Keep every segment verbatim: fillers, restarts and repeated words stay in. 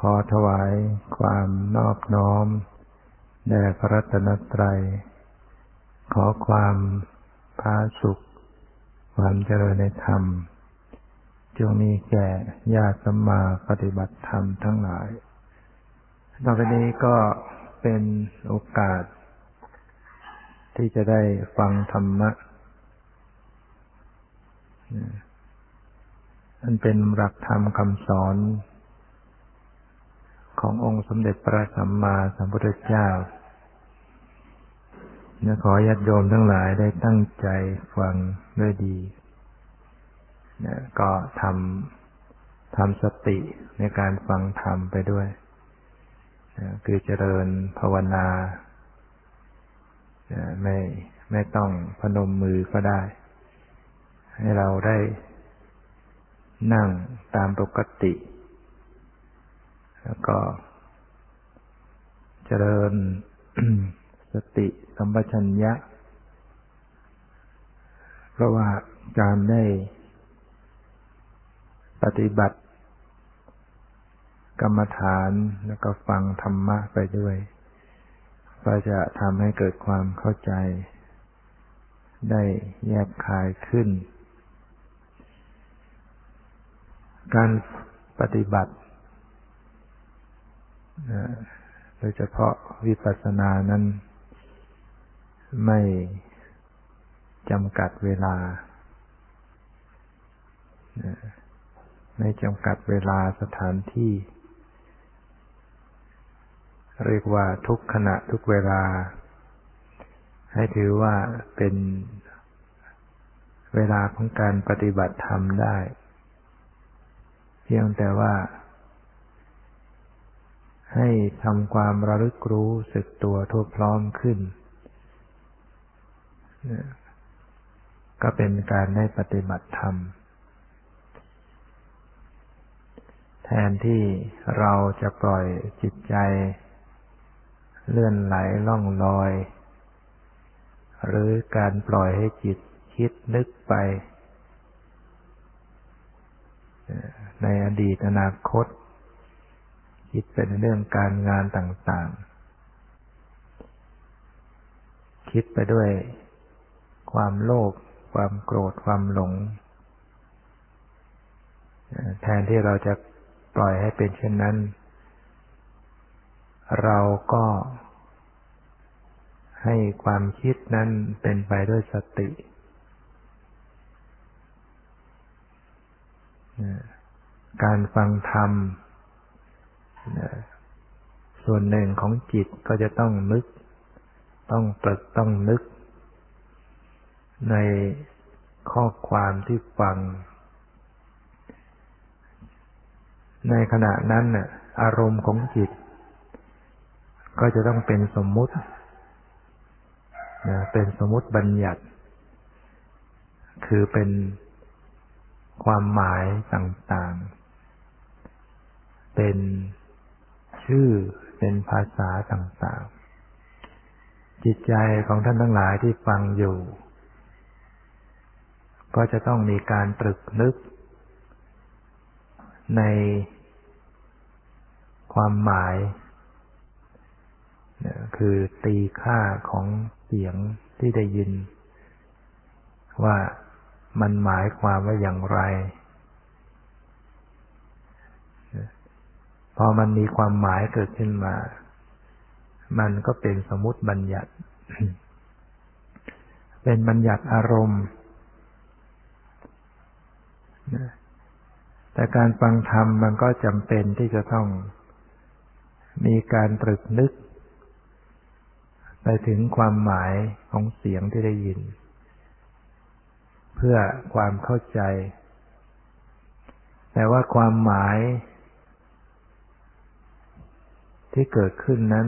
อถวายความนอบน้อมแด่พระรัตนตรัยขอความผาสุขความเจริญในธรรมจงมีแก่ญาติสัมมาปฏิบัติธรรมทั้งหลายต่อไปนี้ก็เป็นโอกาสที่จะได้ฟังธรรมะอันเป็นหลักธรรมคำสอนขององค์สมเด็จพระสัมมาสัมพุทธเจ้าขอญาติโยมทั้งหลายได้ตั้งใจฟังด้วยดีก็ทำทำสติในการฟังธรรมไปด้วยคือเจริญภาวนาไม่ไม่ต้องพนมมือก็ได้ให้เราได้นั่งตามปกติแล้วก็เจริญ สติสัมปชัญญะเพราะว่าการได้ปฏิบัติกรรมฐานแล้วก็ฟังธรรมะไปด้วยก็จะทำให้เกิดความเข้าใจได้แยบคายขึ้นการปฏิบัติโดยเฉพาะวิปัสสนานั้นไม่จำกัดเวลาไม่จำกัดเวลาสถานที่เรียกว่าทุกขณะทุกเวลาให้ถือว่าเป็นเวลาของการปฏิบัติธรรมได้เพียงแต่ว่าให้ทำความระลึกรู้สึกตัวทั่วพร้อมขึ้นก็เป็นการได้ปฏิบัติธรรมแทนที่เราจะปล่อยจิตใจเลื่อนไหลล่องลอยหรือการปล่อยให้จิตคิดนึกไปในอดีตอนาคตคิดเป็นเรื่องการงานต่างๆคิดไปด้วยความโลภความโกรธความหลงแทนที่เราจะปล่อยให้เป็นเช่นนั้นเราก็ให้ความคิดนั้นเป็นไปด้วยสติการฟังธรรมส่วนหนึ่งของจิตก็จะต้องนึกต้องตรึกต้องนึกในข้อความที่ฟังในขณะนั้นน่ะอารมณ์ของจิตก็จะต้องเป็นสมมุตินะเป็นสมมุติบัญญัติคือเป็นความหมายต่างๆเป็นชื่อเป็นภาษาต่างๆจิตใจของท่านทั้งหลายที่ฟังอยู่ก็จะต้องมีการตรึกนึกในความหมายคือตีค่าของเสียงที่ได้ยินว่ามันหมายความว่าอย่างไรพอมันมีความหมายเกิดขึ้นมามันก็เป็นสมมุติบัญญัติ เป็นบัญญัติอารมณ์แต่การฟังธรรมมันก็จำเป็นที่จะต้องมีการตรึกนึกไปถึงความหมายของเสียงที่ได้ยินเพื่อความเข้าใจแต่ว่าความหมายที่เกิดขึ้นนั้น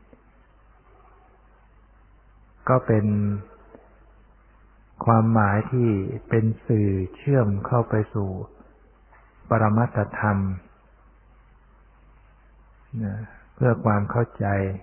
ก็เป็นความหมายที่เป็นสื่อเชื่อมเข้าไปสู่ปรมัตถธรรมเพื่อความเข้าใจ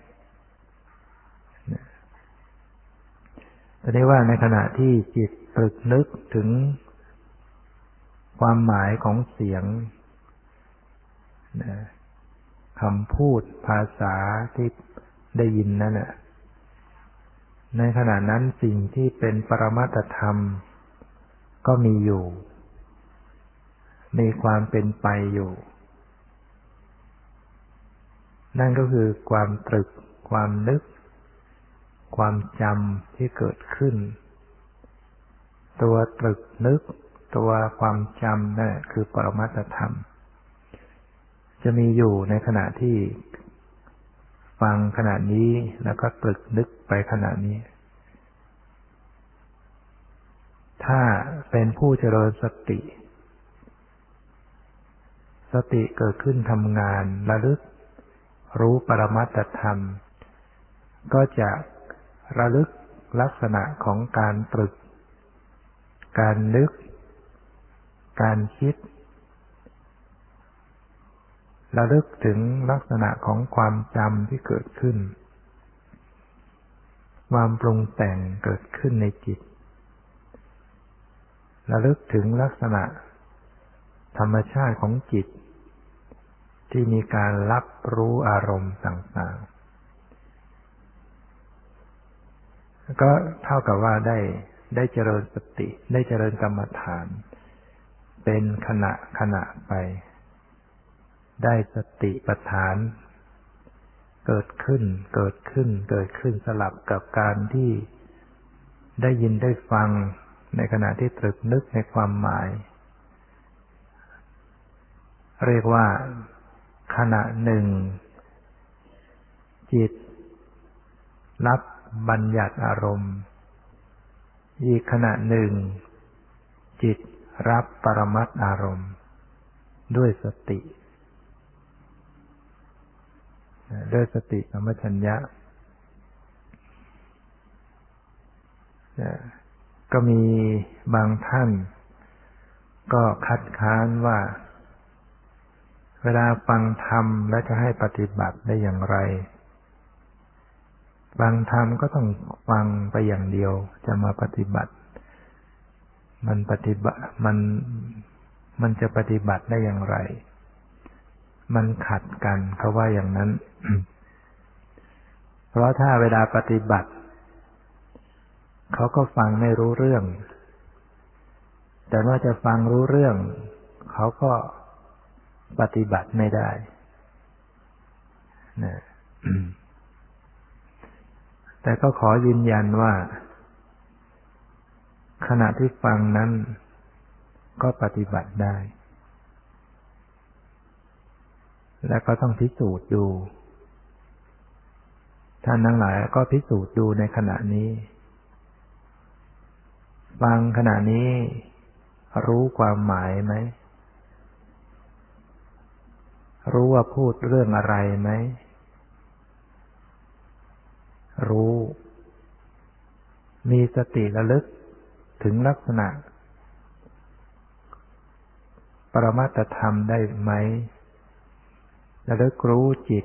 แต่ได้ว่าในขณะที่จิตตรึกนึกถึงความหมายของเสียงคำพูดภาษาที่ได้ยินนั่นแหละในขณะนั้นสิ่งที่เป็นปรมัตถธรรมก็มีอยู่มีความเป็นไปอยู่นั่นก็คือความตรึกความนึกความจำที่เกิดขึ้นตัวตรึกนึกตัวความจำนั่นคือปรมัตถธรรมจะมีอยู่ในขณะที่ฟังขณะนี้แล้วก็ตรึกนึกไปขณะนี้ถ้าเป็นผู้เจริญสติสติเกิดขึ้นทำงานระลึกรู้ปรมัตถธรรมก็จะระลึกลักษณะของการตรึกการนึกการคิดระลึกถึงลักษณะของความจำที่เกิดขึ้นความปรุงแต่งเกิดขึ้นในจิตระลึกถึงลักษณะธรรมชาติของจิตที่มีการรับรู้อารมณ์ต่างๆก็เท่ากับว่าได้ได้เจริญสติได้เจริญกรรมฐานเป็นขณะขณะไปได้สติปัฏฐานเกิดขึ้นเกิดขึ้นเกิดขึ้นสลับกับการที่ได้ยินได้ฟังในขณะที่ตรึกนึกในความหมายเรียกว่าขณะหนึ่งจิตรับบัญญัติอารมณ์อีกขณะหนึ่งจิตรับปรมัตถ์อารมณ์ด้วยสติด้วยสติสัมปชัญญะก็มีบางท่านก็คัดค้านว่าเวลาฟังธรรมแล้วจะให้ปฏิบัติได้อย่างไรฟังธรรมก็ต้องฟังไปอย่างเดียวจะมาปฏิบัติมันปฏิบัติมันมันจะปฏิบัติได้อย่างไรมันขัดกันเขาว่าอย่างนั้น เพราะถ้าเวลาปฏิบัติเขาก็ฟังไม่รู้เรื่องแต่ว่าจะฟังรู้เรื่องเขาก็ปฏิบัติไม่ได้นะ แต่ก็ขอยืนยันว่าขณะที่ฟังนั้นก็ปฏิบัติได้และก็ต้องพิสูจน์ดูท่านทั้งหลายก็พิสูจน์ดูในขณะนี้ฟังขณะนี้รู้ความหมายไหมรู้ว่าพูดเรื่องอะไรไหมรู้มีสติระลึกถึงลักษณะปรมัตถธรรมได้ไหมระลึกรู้จิต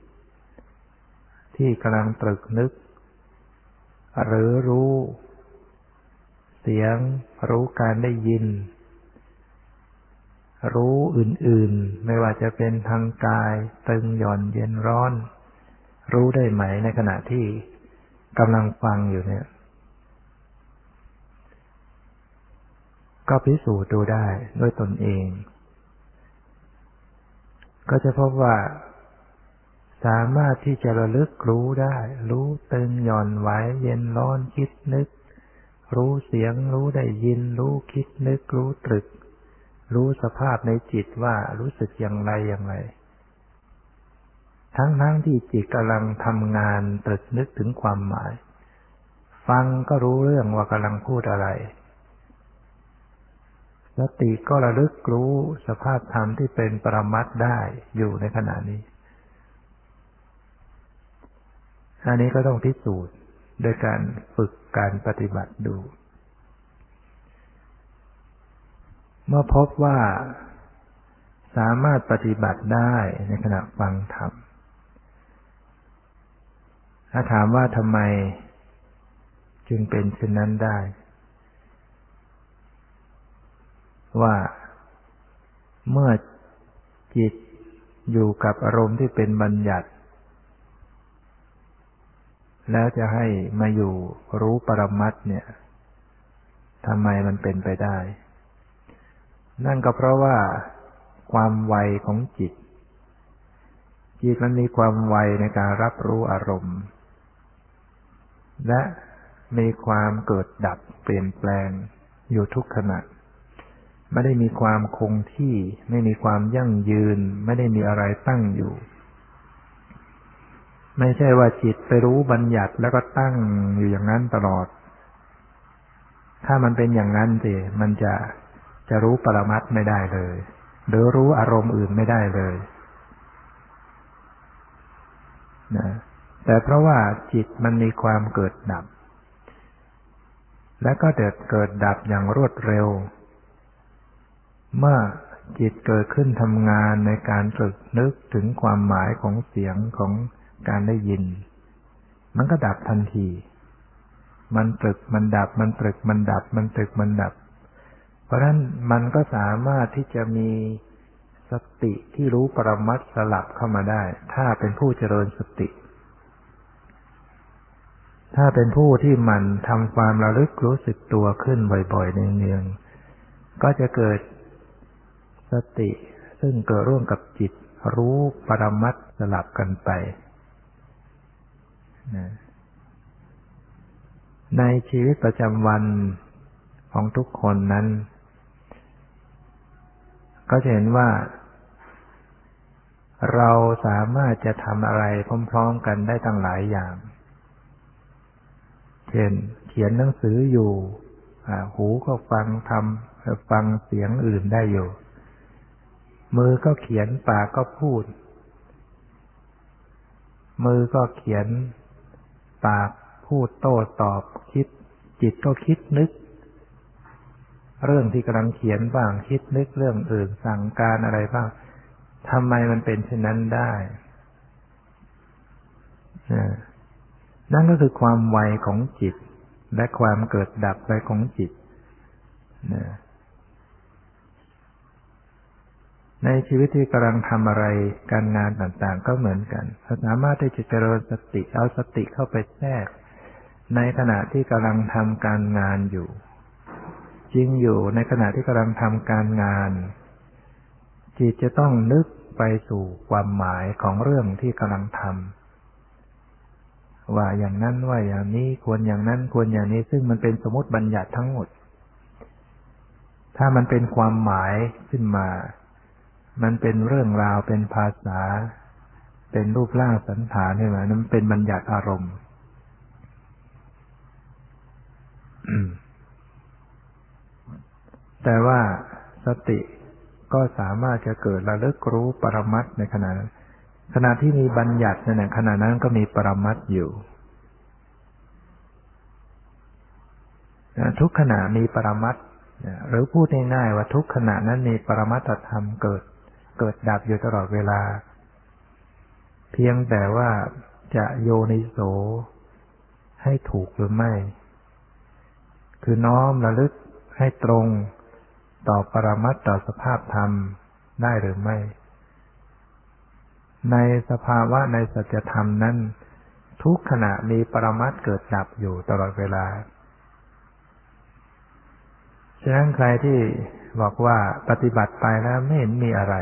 ที่กำลังตรึกนึกหรือรู้เสียงรู้การได้ยินรู้อื่นๆไม่ว่าจะเป็นทางกายตึงหย่อนเย็นร้อนรู้ได้ไหมในขณะที่กำลังฟังอยู่เนี่ยก็พิสูจน์ดูได้ด้วยตนเองก็จะพบว่าสามารถที่จะระลึกรู้ได้รู้ตึงหย่อนไหวเย็นร้อนคิดนึกรู้เสียงรู้ได้ยินรู้คิดนึกรู้ตรึกรู้สภาพในจิตว่ารู้สึกอย่างไรอย่างไรทั้งๆที่จิตกำลังทำงานตรึกนึกถึงความหมายฟังก็รู้เรื่องว่ากำลังพูดอะไรสติก็ระลึกรู้สภาพธรรมที่เป็นปรมัตถ์ได้อยู่ในขณะนี้อันนี้ก็ต้องพิสูจน์โดยการฝึกการปฏิบัติดูเมื่อพบว่าสามารถปฏิบัติได้ในขณะฟังธรรมถ้าถามว่าทำไมจึงเป็นเช่นนั้นได้ว่าเมื่อจิตอยู่กับอารมณ์ที่เป็นบัญญัติแล้วจะให้มาอยู่รู้ปรมัตถ์เนี่ยทำไมมันเป็นไปได้นั่นก็เพราะว่าความไวของจิตจิตมันมีความไวในการรับรู้อารมณ์และมีความเกิดดับเปลี่ยนแปลงอยู่ทุกขณะไม่ได้มีความคงที่ไม่มีความยั่งยืนไม่ได้มีอะไรตั้งอยู่ไม่ใช่ว่าจิตไปรู้บัญญัติแล้วก็ตั้งอยู่อย่างนั้นตลอดถ้ามันเป็นอย่างนั้นสิมันจะจะรู้ปรมัตถ์ไม่ได้เลยหรือรู้อารมณ์อื่นไม่ได้เลยนะแต่เพราะว่าจิตมันมีความเกิดดับและก็เกิดเกิดดับอย่างรวดเร็วเมื่อจิตเกิดขึ้นทำงานในการตรึกนึกถึงความหมายของเสียงของการได้ยินมันก็ดับทันทีมันตรึกมันดับมันตรึกมันดับมันตรึกมันดับเพราะฉะนั้นมันก็สามารถที่จะมีสติที่รู้ปรมัตถ์สลับเข้ามาได้ถ้าเป็นผู้เจริญสติถ้าเป็นผู้ที่มันทำความระลึกรู้สึกตัวขึ้นบ่อยๆเนืองๆก็จะเกิดสติซึ่งเกิดร่วมกับจิตรู้ปรมัตถ์สลับกันไปในชีวิตประจำวันของทุกคนนั้นก็จะเห็นว่าเราสามารถจะทำอะไรพร้อมๆกันได้ตั้งหลายอย่างเช่นเขียนหนังสืออยู่หูก็ฟังทำฟังเสียงอื่นได้อยู่มือก็เขียนปากก็พูดมือก็เขียนปากพูดโต้ตอบคิดจิตก็คิดนึกเรื่องที่กำลังเขียนบ้างคิดนึกเรื่องอื่นสั่งการอะไรบ้างทำไมมันเป็นเช่นนั้นได้นั่นก็คือความไวของจิตและความเกิดดับไปของจิตในชีวิตที่กำลังทำอะไรการงานต่างๆก็เหมือนกันสามารถที่จะเจริญสติเอาสติเข้าไปแทรกในขณะที่กำลังทำการงานอยู่จริงอยู่ในขณะที่กำลังทำการงานจิตจะต้องนึกไปสู่ความหมายของเรื่องที่กำลังทำว่าอย่างนั้นว่าอย่างนี้ควรอย่างนั้นควรอย่างนี้ซึ่งมันเป็นสมมติบัญญัติทั้งหมดถ้ามันเป็นความหมายขึ้นมามันเป็นเรื่องราวเป็นภาษาเป็นรูปร่างสันฐานขึ้นมานั้นเป็นบัญญัติอารมณ์แต่ว่าสติก็สามารถจะเกิดระลึกรู้ปรมัตถ์ในขณะนั้นขณะที่มีบัญญัตินั่นแหละขณะนั้นก็มีปรมัตถ์อยู่ทุกขณะมีปรมัตถ์หรือพูดง่ายๆว่าทุกขณะนั้นมีปรมัตถธรรมเกิดเกิดดับอยู่ตลอดเวลาเพียงแต่ว่าจะโยนิโสให้ถูกหรือไม่คือน้อมระลึกให้ตรงต่อปรมัตถ์ต่อสภาพธรรมได้หรือไม่ในสภาวะในสัจธรรมนั้นทุกขณะมีปรมัตถ์เกิดดับอยู่ตลอดเวลาฉะนั้นใครที่บอกว่าปฏิบัติไปแล้วไม่เห็นมีอะไร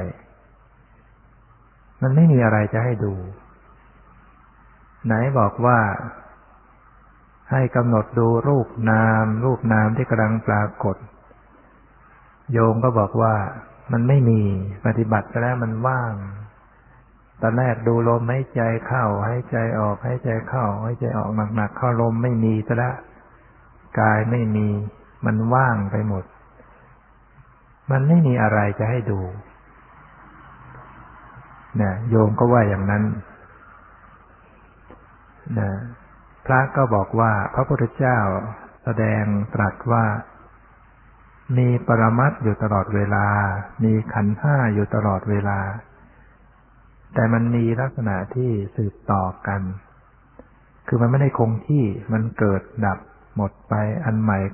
มันไม่มีอะไรจะให้ดูไหนบอกว่าให้กำหนดดูรูปนามรูปนามที่กำลังปรากฏโยมก็บอกว่ามันไม่มีปฏิบัติไปแล้วมันว่างตอนแรกดูลมหายใจเข้าหายใจออกหายใจเข้าหายใจออกหนักๆเข้าลมไม่มีซะแล้วกายไม่มีมันว่างไปหมดมันไม่มีอะไรจะให้ดูนะโยมก็ว่าอย่างนั้นนะพระก็บอกว่าพระพุทธเจ้าแสดงตรัสว่ามีปรมัตถ์อยู่ตลอดเวลามีขันธ์ห้าอยู่ตลอดเวลาแต่มันมีลักษณะที่สืบต่อกันคือมันไม่ได้คงที่มันเกิดดับหมดไปอันใหม่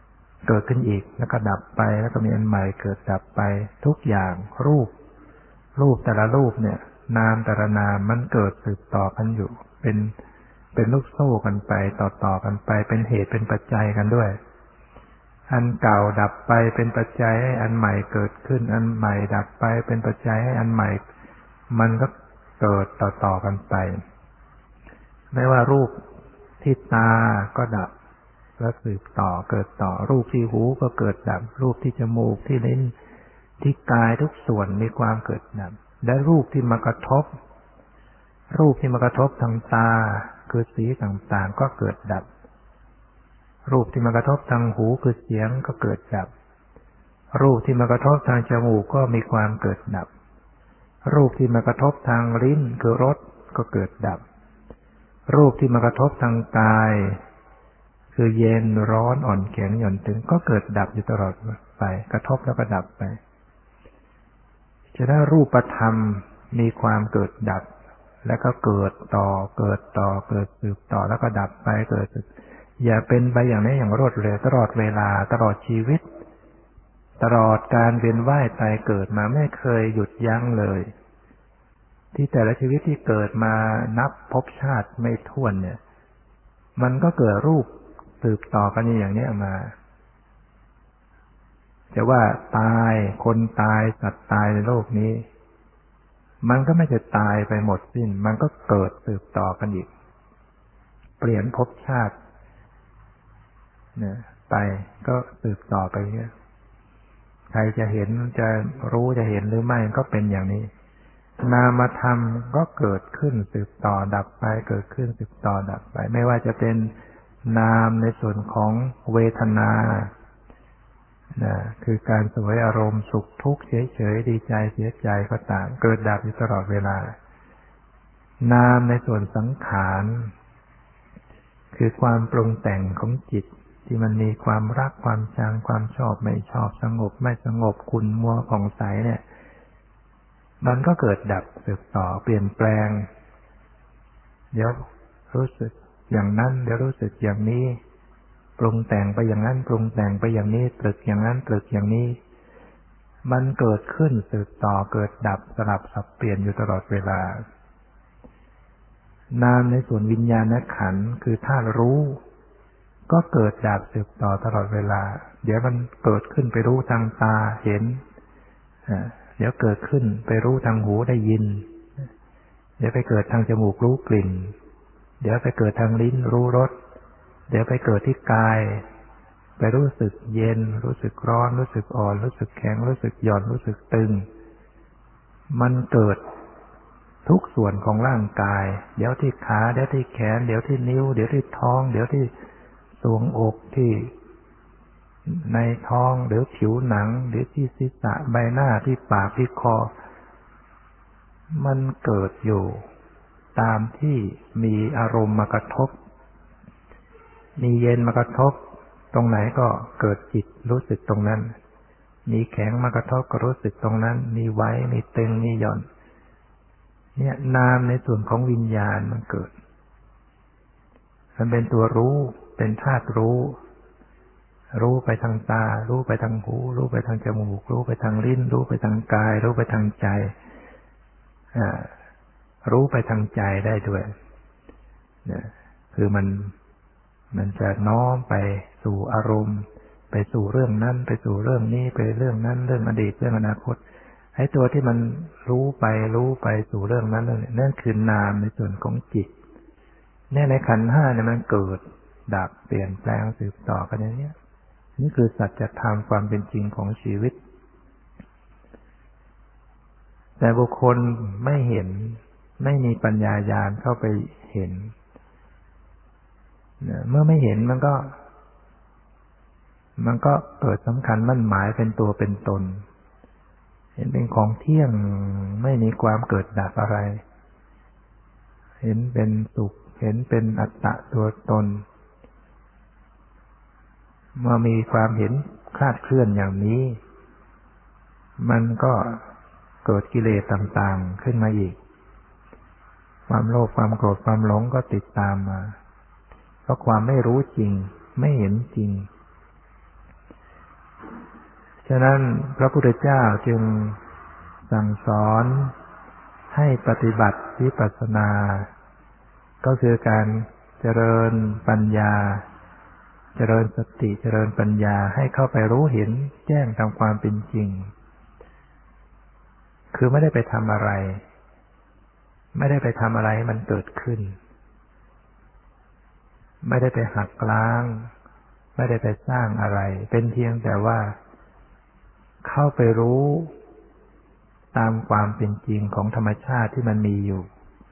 เกิดขึ้นอีกแล้วก็ดับไปแล้วก็มีอันใหม่เกิดดับไปทุกอย่างรูปรูปแต่ละรูปเนี่ยนามแต่ละนามมันเกิดสืบต่อกันอยู่เป็นเป็นลูกโซ่กันไปต่อๆกันไปเป็นเหตุเป็นปัจจัยกันด้วยอันเก่าดับไปเป็นปัจจัยให้อันใหม่เกิดขึ้นอันใหม่ดับไปเป็นปัจจัยให้อันใหม่มันก็เกิดต่อๆกันไปไม่ว่ารูปที่ตาก็ดับแล้วสืบต่อเกิดต่อรูปที่หูก็เกิดดับรูปที่จมูกที่ลิ้นที่กายทุกส่วนมีความเกิดดับและรูปที่มากระทบรูปที่มากระทบทางตาคือสีต่างๆก็เกิดดับรูปที่มากระทบทางหูคือเสียงก็เกิดดับรูปที่มากระทบทางจมูกก็มีความเกิดดับรูปที่มากระทบทางลิ้นคือรสก็เกิดดับรูปที่มากระทบทางกายคือเย็นร้อนอ่อนแข็งหย่อนตึงก็เกิดดับอยู่ตลอดไปกระทบแล้วก็ดับไปฉะนั้นรูปธรรมมีความเกิดดับแล้วก็เกิดต่อเกิดต่อเกิดสืบต่อแล้วก็ดับไปเกิดอย่าเป็นไปอย่างนี้อย่างรวดเร็วตลอดเวลาตลอดชีวิตตลอดการเวียนว่ายตายเกิดมาไม่เคยหยุดยั้งเลยที่แต่ละชีวิตที่เกิดมานับภพชาติไม่ถ้วนเนี่ยมันก็เกิดรูปสืบต่อกันอย่างนี้มาจะว่าตายคนตายสัตว์ตายในโลกนี้มันก็ไม่จะตายไปหมดสิ้นมันก็เกิดสืบต่อกันอีกเปลี่ยนภพชาติเนี่ยไปก็สืบต่อไปเนี่ยใครจะเห็นจะรู้จะเห็นหรือไม่ก็เป็นอย่างนี้นามธรรมก็เกิดขึ้นสืบต่อดับไปเกิดขึ้นสืบต่อดับไปไม่ว่าจะเป็นนามในส่วนของเวทนานะคือการสวยอารมณ์สุขทุกข์เฉยๆดีใจเสียใจก็ตามเกิดดับอยู่ตลอดเวลานามในส่วนสังขารคือความปรุงแต่งของจิตที่มันมีความรักความชังความชอบไม่ชอบสงบไม่สงบขุ่นมัวผ่องใสเนี่ยมันก็เกิดดับสืบต่อเปลี่ยนแปลงเดี๋ยวรู้สึกอย่างนั้นเดี๋ยวรู้สึกอย่างนี้ปรุงแต่งไปอย่างนั้นปรุงแต่งไปอย่างนี้ตรึกอย่างนั้นตรึกอย่างนี้มันเกิดขึ้นสืบต่อเกิดดับสลับสับเปลี่ยนอยู่ตลอดเวลานามในส่วนวิญญาณขันธ์คือธาตุรู้ก็เกิดดับสืบต่อตลอดเวลาเดี๋ยวมันเกิดขึ้นไปรู้ทางตาเห็นเดี๋ยวเกิดขึ้นไปรู้ทางหูได้ยินเดี๋ยวไปเกิดทางจมูกรู้กลิ่นเดี๋ยวไปเกิดทางลิ้นรู้รสเดี๋ยวไปเกิดที่กายไปรู้สึกเย็นรู้สึกร้อนรู้สึกอ่อนรู้สึกแข็งรู้สึกหย่อนรู้สึกตึงมันเกิดทุกส่วนของร่างกายเดี๋ยวที่ขาเดี๋ยวที่แขนเดี๋ยวที่นิ้วเดี๋ยวที่ท้องเดี๋ยวที่ทรวงอกที่ในท้องหรือผิวหนังหรือที่ศีรษะใบหน้าที่ปากที่คอมันเกิดอยู่ตามที่มีอารมณ์มากระทบมีเย็นมากระทบตรงไหนก็เกิดจิตรู้สึกตรงนั้นมีแข็งมากระทบก็รู้สึกตรงนั้นมีไว้มีตึงมีหย่อนเนี่ยนามในส่วนของวิญญาณมันเกิดมันเป็นตัวรู้เป็นธาตุรู้รู้ไปทางตารู้ไปทางหูรู้ไปทางจมูกรู้ไปทางลิ้นรู้ไปทางกายรู้ไปทางใจอ่ารู้ไปทางใจได้ด้วยเนี่ยคือมันมันจะน้อมไปสู่อารมณ์ไปสู่เรื่องนั้นไปสู่เรื่องนี้ไปเรื่องนั้นเรื่องอดีตเรื่องอนาคตไอ้ตัวที่มันรู้ไปรู้ไปสู่เรื่องนั้นนั่นคือนามในส่วนของจิตเนี่ยในขันธ์ห้าเนี่ยมันเกิดดับเปลี่ยนแปลงสืบต่อกันอย่างนี้นี่คือสัจธรรมความเป็นจริงของชีวิตแต่บุคคลไม่เห็นไม่มีปัญญาญาณเข้าไปเห็นเมื่อไม่เห็นมันก็มันก็เกิดสำคัญมั่นหมายเป็นตัวเป็นตนเห็นเป็นของเที่ยงไม่มีความเกิดดับอะไรเห็นเป็นสุขเห็นเป็นอัตตะตัวตนเมื่อมีความเห็นคลาดเคลื่อนอย่างนี้มันก็เกิดกิเลสต่างๆขึ้นมาอีกความโลภความโกรธความหลงก็ติดตามมาเพราะความไม่รู้จริงไม่เห็นจริงฉะนั้นพระพุทธเจ้าจึงแสสั่งสอนให้ปฏิบัติวิปัสสนาก็คือการเจริญปัญญาเจริญสติเจริญปัญญาให้เข้าไปรู้เห็นแจ้งตามความเป็นจริงคือไม่ได้ไปทำอะไรไม่ได้ไปทำอะไรให้มันเกิดขึ้นไม่ได้ไปหักล้างไม่ได้ไปสร้างอะไรเป็นเพียงแต่ว่าเข้าไปรู้ตามความเป็นจริงของธรรมชาติที่มันมีอยู่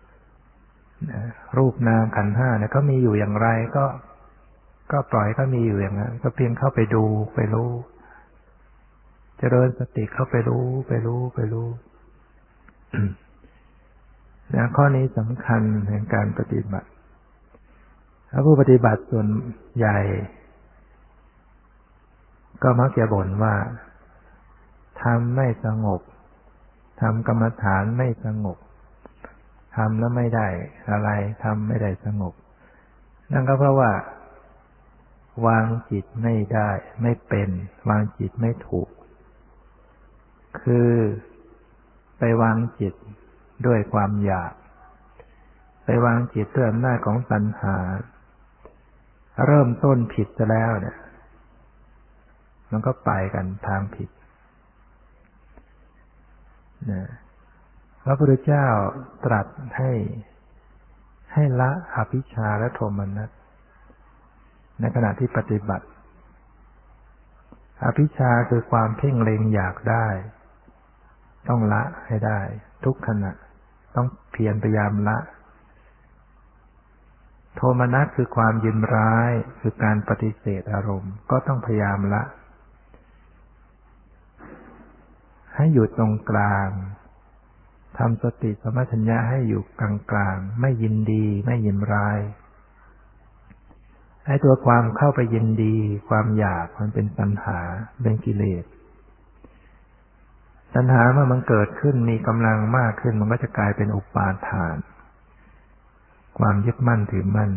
รูปนามขันธ์ห้าเนี่ยก็มีอยู่อย่างไรก็ก็ปล่อยก็มีอยู่อย่างนั้นก็เพียงเข้าไปดูไปรู้เจริญสติเข้าไปรู้ไปรู้ไปรู้นะข้อนี้สำคัญในการปฏิบัติถ้าผู้ปฏิบัติส่วนใหญ่ก็มักจะบ่นว่าทำไม่สงบทำกรรมฐานไม่สงบทำแล้วไม่ได้อะไรทำไม่ได้สงบนั่นก็เพราะว่าวางจิตไม่ได้ไม่เป็นวางจิตไม่ถูกคือไปวางจิตด้วยความอยากไปวางจิตด้วยอำนาจของตัณหาเริ่มต้นผิดซะแล้วเนี่ยมันก็ไปกันทางผิดนะพระพุทธเจ้าตรัสให้ให้ละอภิชฌาและโทมนัสในขณะที่ปฏิบัติอภิชฌาคือความเพ่งเล็งอยากได้ต้องละให้ได้ทุกขณะต้องเพียรพยายามละโทมนัสคือความยินร้ายคือการปฏิเสธอารมณ์ก็ต้องพยายามละให้อยู่ตรงกลางทำสติสัมปชัญญะให้อยู่กลางกลางไม่ยินดีไม่ยินร้ายไอ้ตัวความเข้าไปยินดีความอยากมันเป็นตัณหาเป็นกิเลสตัณหาเมื่อมันเกิดขึ้นมีกำลังมากขึ้นมันก็จะกลายเป็นอุปาทานความยึดมั่นถือมั่น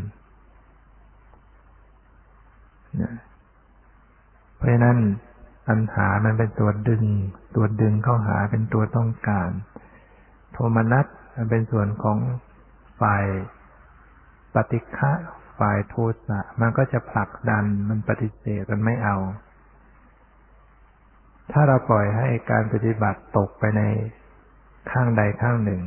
นะเพราะฉะนั้นตัณหามันเป็นตัวดึงตัวดึงเข้าหาเป็นตัวต้องการโทมนัสมันเป็นส่วนของฝ่ายปฏิฆะฝ่ายโทสะมันก็จะผลักดันมันปฏิเสธมันไม่เอาถ้าเราปล่อยให้การปฏิบัติตกไปในข้างใดข้างหนึ่ง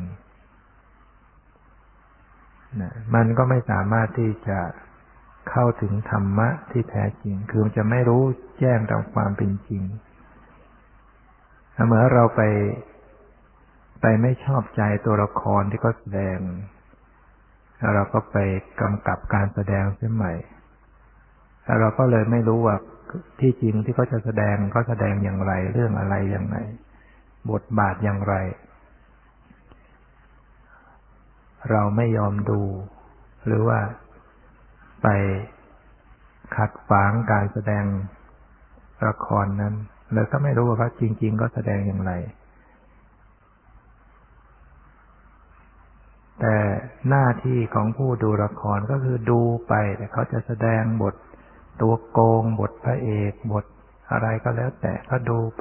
นะมันก็ไม่สามารถที่จะเข้าถึงธรรมะที่แท้จริงคือมันจะไม่รู้แจ้งตามความเป็นจริงเมื่อเราไปไปไม่ชอบใจตัวละครที่เขาแสดงแล้วเราก็ไปกำกับการแสดงเสียใหม่แล้วเราก็เลยไม่รู้ว่าที่จริงที่เขาจะแสดงเขาแสดงอย่างไรเรื่องอะไรอย่างไรบทบาทอย่างไรเราไม่ยอมดูหรือว่าไปขัดขวางการแสดงละครนั้นเลยก็ไม่รู้ว่าเขาจริงๆก็แสดงอย่างไรแต่หน้าที่ของผู้ดูละครก็คือดูไปแต่เขาจะแสดงบทตัวโกงบทพระเอกบทอะไรก็แล้วแต่ก็ดูไป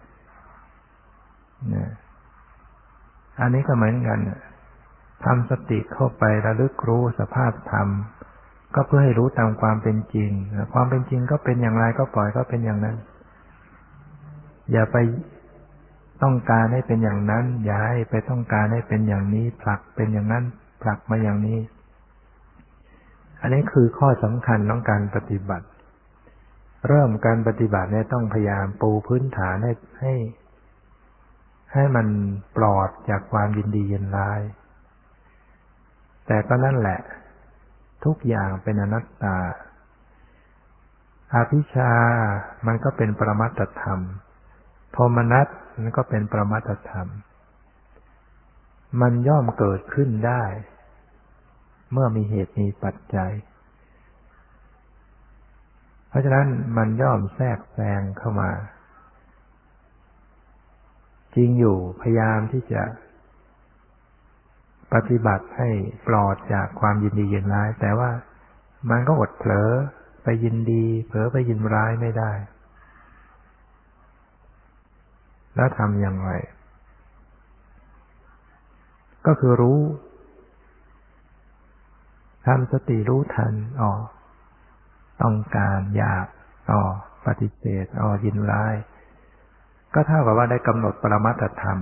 เนี่ยอันนี้ก็เหมือนกันทำสติเข้าไประลึกรู้สภาพธรรมก็เพื่อให้รู้ตามความเป็นจริงความเป็นจริงก็เป็นอย่างไรก็ปล่อยก็เป็นอย่างนั้นอย่าไปต้องการให้เป็นอย่างนั้นอย่าให้ไปต้องการให้เป็นอย่างนี้ผลักเป็นอย่างนั้นผลักมาอย่างนี้อันนี้คือข้อสำคัญของการปฏิบัติเริ่มการปฏิบัติเนี่ยต้องพยายามปูพื้นฐานให้ให้ให้มันปลอดจากความยินดียินร้ายแต่ก็นั่นแหละทุกอย่างเป็นอนัตตาอภิชฌามันก็เป็นปรมัตถธรรมโทมนัสมันก็เป็นปรมัตถธรรมมันย่อมเกิดขึ้นได้เมื่อมีเหตุมีปัจจัยเพราะฉะนั้นมันย่อมแทรกแซงเข้ามาจริงอยู่พยายามที่จะปฏิบัติให้ปลอดจากความยินดียินร้ายแต่ว่ามันก็อดเผลอไปยินดีเผลอไปยินร้ายไม่ได้แล้วทำอย่างไรก็คือรู้ทำสติรู้ทันอ๋อต้องการอยากอ๋อปฏิเสธอ๋อยินร้ายก็เท่ากับว่าได้กำหนดปรมัตถธรรม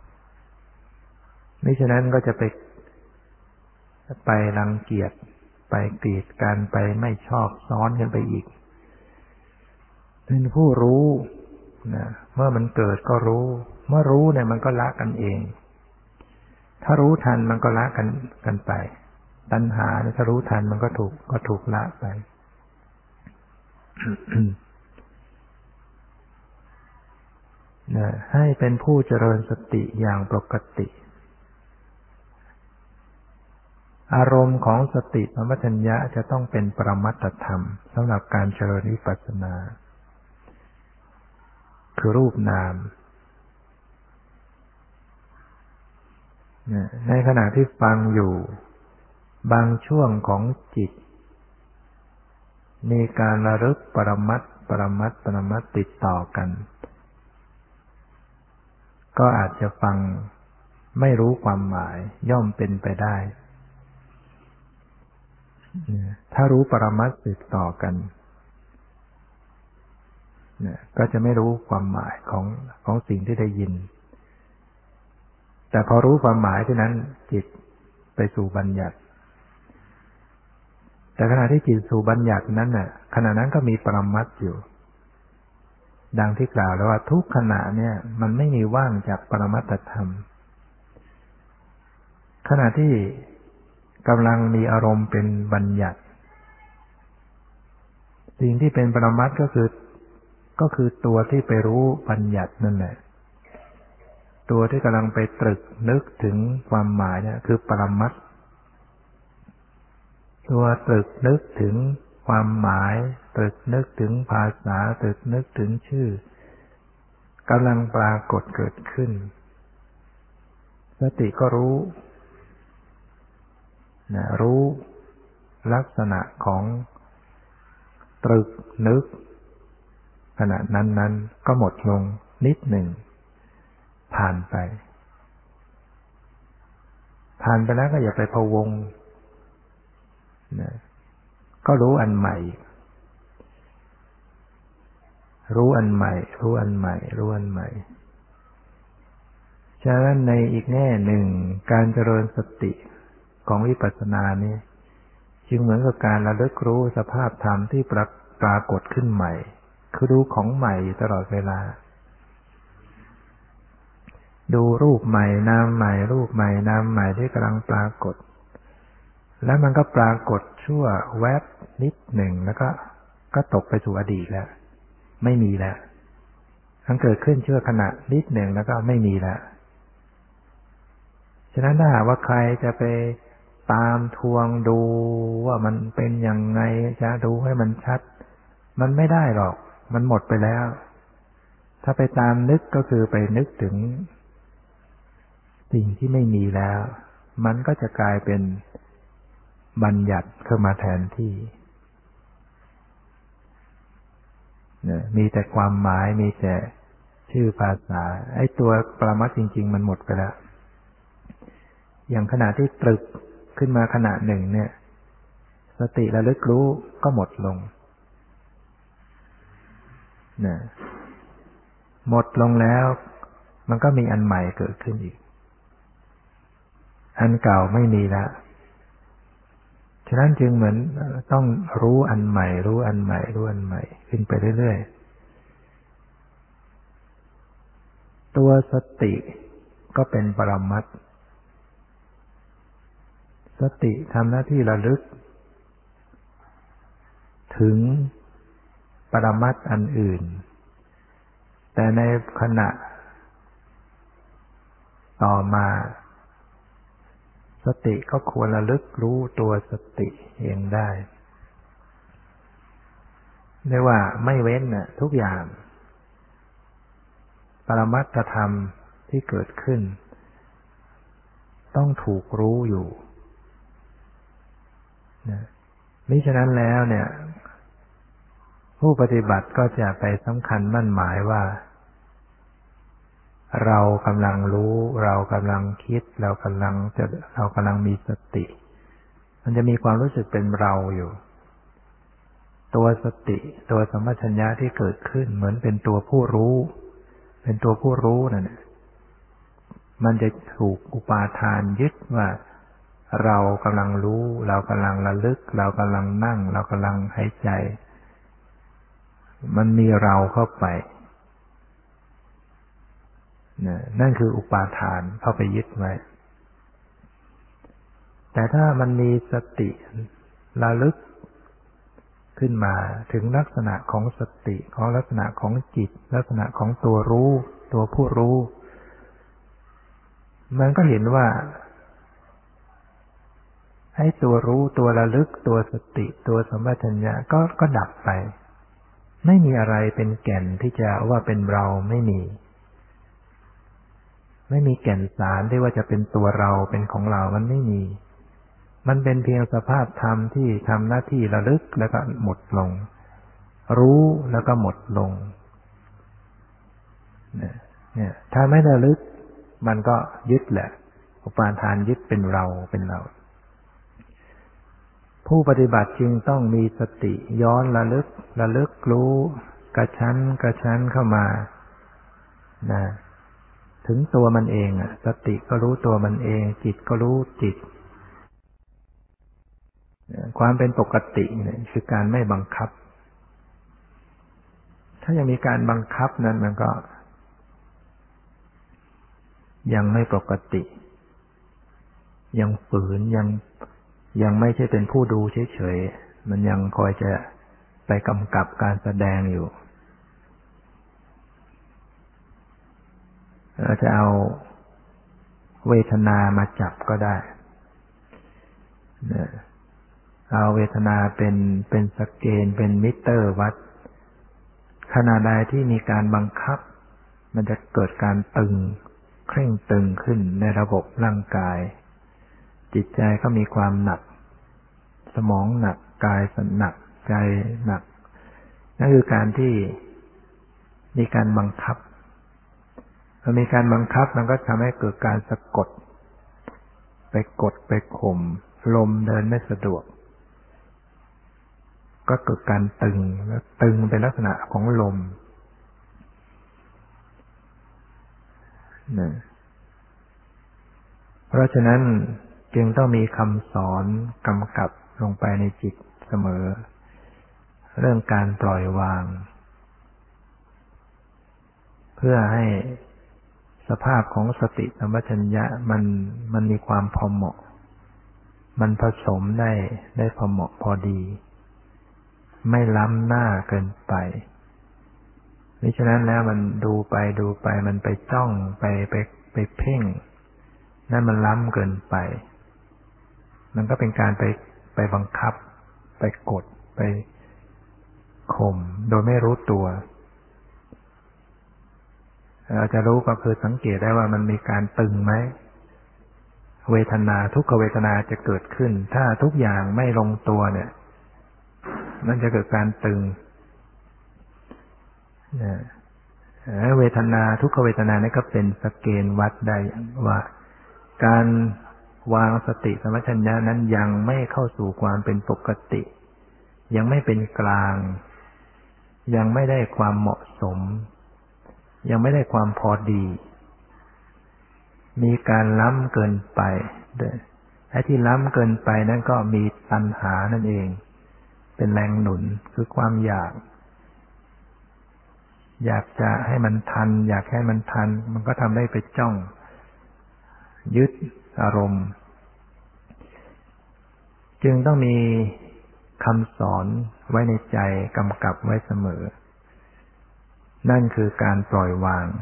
มิฉะนั้นก็จะไปไปรังเกียจไปกีดกันไปไม่ชอบซ้อนกันไปอีกเป็นผู้รู้นะเมื่อมันเกิดก็รู้เมื่อรู้เนี่ยมันก็ละกันเองถ้ารู้ทันมันก็ละกันกันไปตัณหาเนี่ยถ้ารู้ทันมันก็ถูกก็ถูกละไป นะให้เป็นผู้เจริญสติอย่างปกติอารมณ์ของสติสัมปชัญญะจะต้องเป็นปรมัตถธรรมสำหรับการเจริญวิปัสสนาคือรูปนามในขณะที่ฟังอยู่บางช่วงของจิตมีการระลึกปรมัตถ์ปรมัตถ์ปรมัตถ์ติดต่อกันก็อาจจะฟังไม่รู้ความหมายย่อมเป็นไปได้ถ้ารู้ปรมัตถ์ติดต่อกันก็จะไม่รู้ความหมายของของสิ่งที่ได้ยินแต่พอรู้ความหมายที่นั้นจิตไปสู่บัญญัติแต่ขณะที่จิตสู่บัญญัตินั้นน่ะขณะนั้นก็มีปรมัตถ์อยู่ดังที่กล่าวแล้วว่าทุกขณะเนี่ยมันไม่มีว่างจากปรมัตถธรรมขณะที่กำลังมีอารมณ์เป็นบัญญัติสิ่งที่เป็นปรมัตถ์ก็คือก็คือตัวที่ไปรู้บัญญัตินั่นแหละตัวที่กำลังไปตรึกนึกถึงความหมายเนี่ยคือปรมัตถ์ตัวตรึกนึกถึงความหมายตรึกนึกถึงภาษาตรึกนึกถึงชื่อกำลังปรากฏเกิดขึ้นสติก็รู้นะรู้ลักษณะของตรึกนึกขณะนั้นๆก็หมดลงนิดหนึ่งผ่านไปผ่านไปแล้วก็อย่าไปพะวงนะก็รู้อันใหม่รู้อันใหม่รู้อันใหม่รู้อันใหม่ฉะนั้นในอีกแง่หนึ่งการเจริญสติของวิปัสสนานี้จึงเหมือนกับการระลึกรู้สภาพธรรมที่ปรากฏขึ้นใหม่คือดูของใหม่ตลอดเวลาดูรูปใหม่นามใหม่รูปใหม่นามใหม่ที่กำลังปรากฏแล้วมันก็ปรากฏชั่วแวบนิดหนึ่งแล้วก็ก็ตกไปสู่อดีตแล้วไม่มีแล้วมันเกิดขึ้นชั่วขณะนิดหนึ่งแล้วก็ไม่มีแล้วฉะนั้นถ้าหากว่าใครจะไปตามทวงดูว่ามันเป็นยังไงจะดูให้มันชัดมันไม่ได้หรอกมันหมดไปแล้วถ้าไปตามนึกก็คือไปนึกถึงสิ่งที่ไม่มีแล้วมันก็จะกลายเป็นบัญญัติเข้ามาแทนที่มีแต่ความหมายมีแต่ชื่อภาษาไอ้ตัวปรมัตถ์จริงๆมันหมดไปแล้วอย่างขณะที่ตรึกขึ้นมาขณะหนึ่งเนี่ยสติระลึกรู้ก็หมดลงนะหมดลงแล้วมันก็มีอันใหม่เกิดขึ้นอีกอันเก่าไม่มีแล้วฉะนั้นจึงเหมือนต้องรู้อันใหม่รู้อันใหม่รู้อันใหม่ขึ้นไปเรื่อยๆตัวสติก็เป็นปรมัตถ์สติทำหน้าที่ระลึกถึงปรมัตถ์อันอื่นแต่ในขณะต่อมาสติก็ควรระลึกรู้ตัวสติเองได้เรียกว่าไม่เว้นน่ะทุกอย่างปรมัตถธรรมที่เกิดขึ้นต้องถูกรู้อยู่นะมิฉะนั้นแล้วเนี่ยผู้ปฏิบัติก็จะไปสำคัญมั่นหมายว่าเรากำลังรู้เรากำลังคิดเรากำลังจะเรากำลังมีสติมันจะมีความรู้สึกเป็นเราอยู่ตัวสติตัวสัมปชัญญะที่เกิดขึ้นเหมือนเป็นตัวผู้รู้เป็นตัวผู้รู้นั่นแหละมันจะถูกอุปาทานยึดว่าเรากำลังรู้เรากำลังระลึกเรากำลังนั่งเรากำลังหายใจมันมีเราเข้าไปนั่นคืออุปาทานเข้าไปยึดไว้แต่ถ้ามันมีสติระลึกขึ้นมาถึงลักษณะของสติของลักษณะของจิตลักษณะของตัวรู้ตัวผู้รู้มันก็เห็นว่าให้ตัวรู้ตัวระลึกตัวสติตัวสัมปชัญญะก็ก็ดับไปไม่มีอะไรเป็นแก่นที่จะว่าเป็นเราไม่มีไม่มีแก่นสารที่ว่าจะเป็นตัวเราเป็นของเรามันไม่มีมันเป็นเพียงสภาพธรรมที่ทำหน้าที่ระลึกแล้วก็หมดลงรู้แล้วก็หมดลงเนี่ยถ้าไม่ระลึกมันก็ยึดแหละอุปาทานยึดเป็นเราเป็นเราผู้ปฏิบัติจึงต้องมีสติย้อนระลึกระลึกรู้กระชั้นกระชั้นเข้ามานะถึงตัวมันเองอ่ะสติก็รู้ตัวมันเองจิตก็รู้จิตความเป็นปกติเนี่ยคือการไม่บังคับถ้ายังมีการบังคับนั้นมันก็ยังไม่ปกติยังฝืนยังยังไม่ใช่เป็นผู้ดูเฉยๆมันยังคอยจะไปกำกับการแสดงอยู่เราจะเอาเวทนามาจับก็ได้เอาเวทนาเป็นเป็นสเกลเป็นมิเตอร์วัดขณะใดที่มีการบังคับมันจะเกิดการตึงเคร่งตึงขึ้นในระบบร่างกายจิตใจก็มีความหนักสมองหนักกายหนักใจหนักนั่นคือการที่มีการบังคับพอมีการบังคับมันก็ทำให้เกิดการสะกดไปกดไปข่มลมเดินไม่สะดวกก็เกิดการตึงแล้วตึงเป็นลักษณะของลมนะเพราะฉะนั้นจึงต้องมีคำสอนกำกับลงไปในจิตเสมอเรื่องการปล่อยวางเพื่อให้สภาพของสติสัมปชัญญะมันมันมีความพอเหมาะมันผสมได้ได้พอเหมาะพอดีไม่ล้ำหน้าเกินไปมิฉะนั้นแล้วมันดูไปดูไปมันไปจ้องไปไปไปเพ่งนั่นมันล้ำเกินไปมันก็เป็นการไปไปบังคับไปกดไปข่มโดยไม่รู้ตัวเราจะรู้ก็คือสังเกตได้ว่ามันมีการตึงไหมเวทนาทุกขเวทนาจะเกิดขึ้นถ้าทุกอย่างไม่ลงตัวเนี่ยมันจะเกิดการตึงเวทนาทุกขเวทนานี่ก็เป็นสเกณฑ์วัดได้ว่าการวางสติสัมปชัญญะนั้นยังไม่เข้าสู่ความเป็นปกติยังไม่เป็นกลางยังไม่ได้ความเหมาะสมยังไม่ได้ความพอดีมีการล้ำเกินไปไอ้ที่ล้ำเกินไปนั่นก็มีตัณหานั่นเองเป็นแรงหนุนคือความอยากอยากจะให้มันทันอยากให้มันทันมันก็ทำได้ไปจ้องยึดอารมณ์จึงต้องมีคำสอนไว้ในใจกำกับไว้เสมอนั่นคือการปล่อยวาง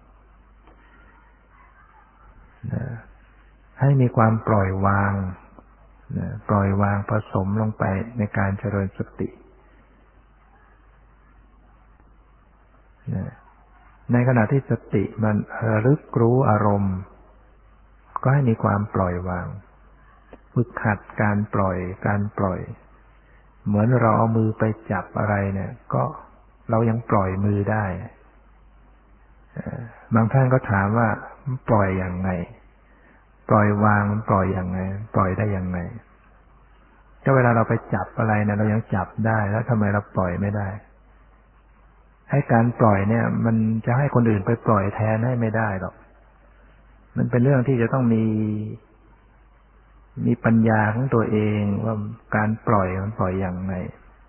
ให้มีความปล่อยวางปล่อยวางผสมลงไปในการเจริญสติในขณะที่สติมันระลึกรู้อารมณ์ก็ให้มีความปล่อยวางฝึกหัดการปล่อยการปล่อยเหมือนเราเอามือไปจับอะไรเนี่ยก็เรายังปล่อยมือได้บางท่านก็ถามว่าปล่อยอย่างไงปล่อยวางปล่อยอย่างไงปล่อยได้อย่างไงก็เวลาเราไปจับอะไรเนี่ยเรายังจับได้แล้วทำไมเราปล่อยไม่ได้ให้การปล่อยเนี่ยมันจะให้คนอื่นไปปล่อยแทนให้ไม่ได้หรอกมันเป็นเรื่องที่จะต้องมีมีปัญญาของตัวเองว่าการปล่อยมันปล่อยอย่างไร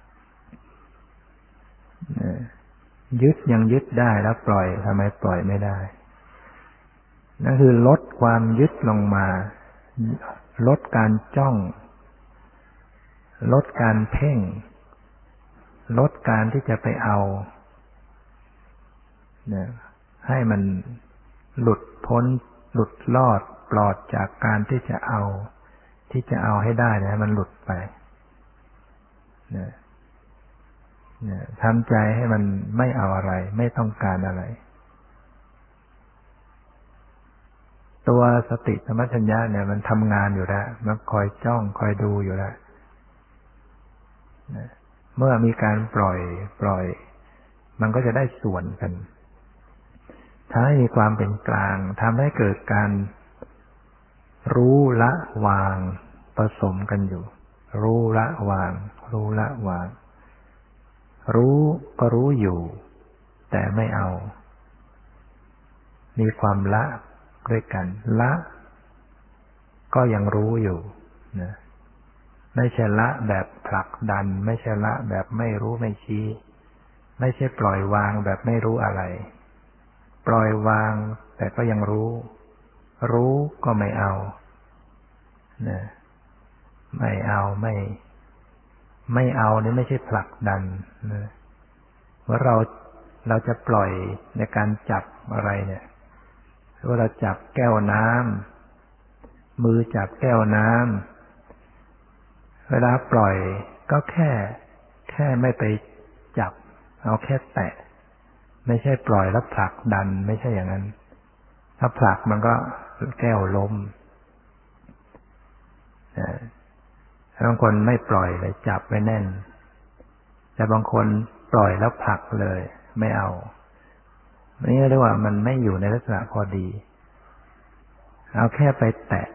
ยึดยังยึดได้แล้วปล่อยทำไมปล่อยไม่ได้นั่นคือลดความยึดลงมาลดการจ้องลดการเพ่งลดการที่จะไปเอาเนี่ยให้มันหลุดพ้นหลุดรอดปลอดจากการที่จะเอาที่จะเอาให้ได้เนี่ยมันหลุดไปเนี่ยเนี่ยทำใจให้มันไม่เอาอะไรไม่ต้องการอะไรตัวสติสัมปชัญญะเนี่ยมันทำงานอยู่แล้วมันคอยจ้องคอยดูอยู่แล้วเมื่อมีการปล่อยปล่อยมันก็จะได้ส่วนกันทำให้มีความเป็นกลางทำให้เกิดการรู้ละวางผสมกันอยู่รู้ละวางรู้ละวางรู้ก็รู้อยู่แต่ไม่เอามีความละด้วยกันละก็ยังรู้อยู่นะไม่ใช่ละแบบผลักดันไม่ใช่ละแบบไม่รู้ไม่ชี้ไม่ใช่ปล่อยวางแบบไม่รู้อะไรปล่อยวางแต่ก็ยังรู้รู้ก็ไม่เอานะไม่เอาไม่ไม่เอานี่ไม่ใช่ผลักดันนะว่าเราเราจะปล่อยในการจับอะไรเนี่ยว่าเราจับแก้วน้ำมือจับแก้วน้ำเวลาปล่อยก็แค่แค่ไม่ไปจับเอาแค่แตะไม่ใช่ปล่อยแล้วผลักดันไม่ใช่อย่างนั้นถ้าผลักมันก็แก้วล้มบางคนไม่ปล่อยเลยจับไว้แน่นแต่บางคนปล่อยแล้วผลักเลยไม่เอานี่เรียกว่ามันไม่อยู่ในลักษณะพอดีเอาแค่ไปแตะ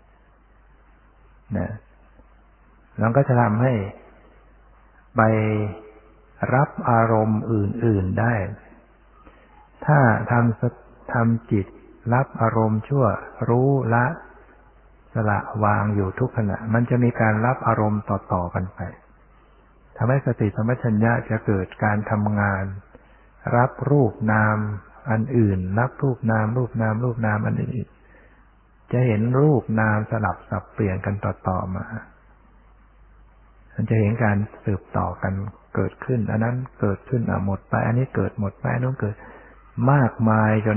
นะแล้วก็จะทำให้ไปรับอารมณ์อื่นๆได้ถ้าทำทำจิตรับอารมณ์ชั่วรู้ละสละวางอยู่ทุกขณะมันจะมีการรับอารมณ์ต่อๆกันไปทำให้สติสัมปชัญญะจะเกิดการทำงานรับรูปนามอันอื่นรับรูปนามรูปนามรูปนามอันอื่นจะเห็นรูปนามสลับสับเปลี่ยนกันต่อๆมามันจะเห็นการสืบต่อกันเกิดขึ้นอันนั้นเกิดขึ้นอ่ะหมดไปอันนี้เกิดหมดไปอันนู้นเกิดมากมายจน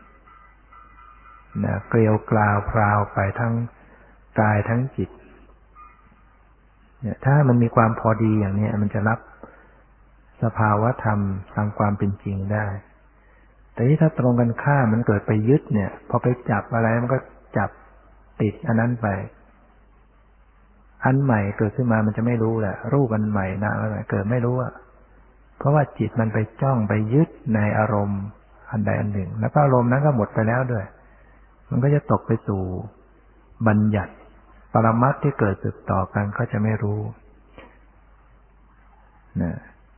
นะเกลียวกลาวพราวไปทั้งกายทั้งจิตเนี่ยถ้ามันมีความพอดีอย่างนี้มันจะรับสภาวะธรรมตามความเป็นจริงได้แต่ที่ถ้าตรงกันข้ามมันเกิดไปยึดเนี่ยพอไปจับอะไรมันก็จับติดอันนั้นไปอันใหม่เกิดขึ้นมามันจะไม่รู้แหละรูปอันใหม่นะอะไรเกิดไม่รู้อ่ะเพราะว่าจิตมันไปจ้องไปยึดในอารมณ์อันใดอันหนึ่งแล้วก็อารมณ์นั้นก็หมดไปแล้วด้วยมันก็จะตกไปสู่บัญญัติปรมัตถ์ที่เกิดสืบต่อกันก็จะไม่รู้นะ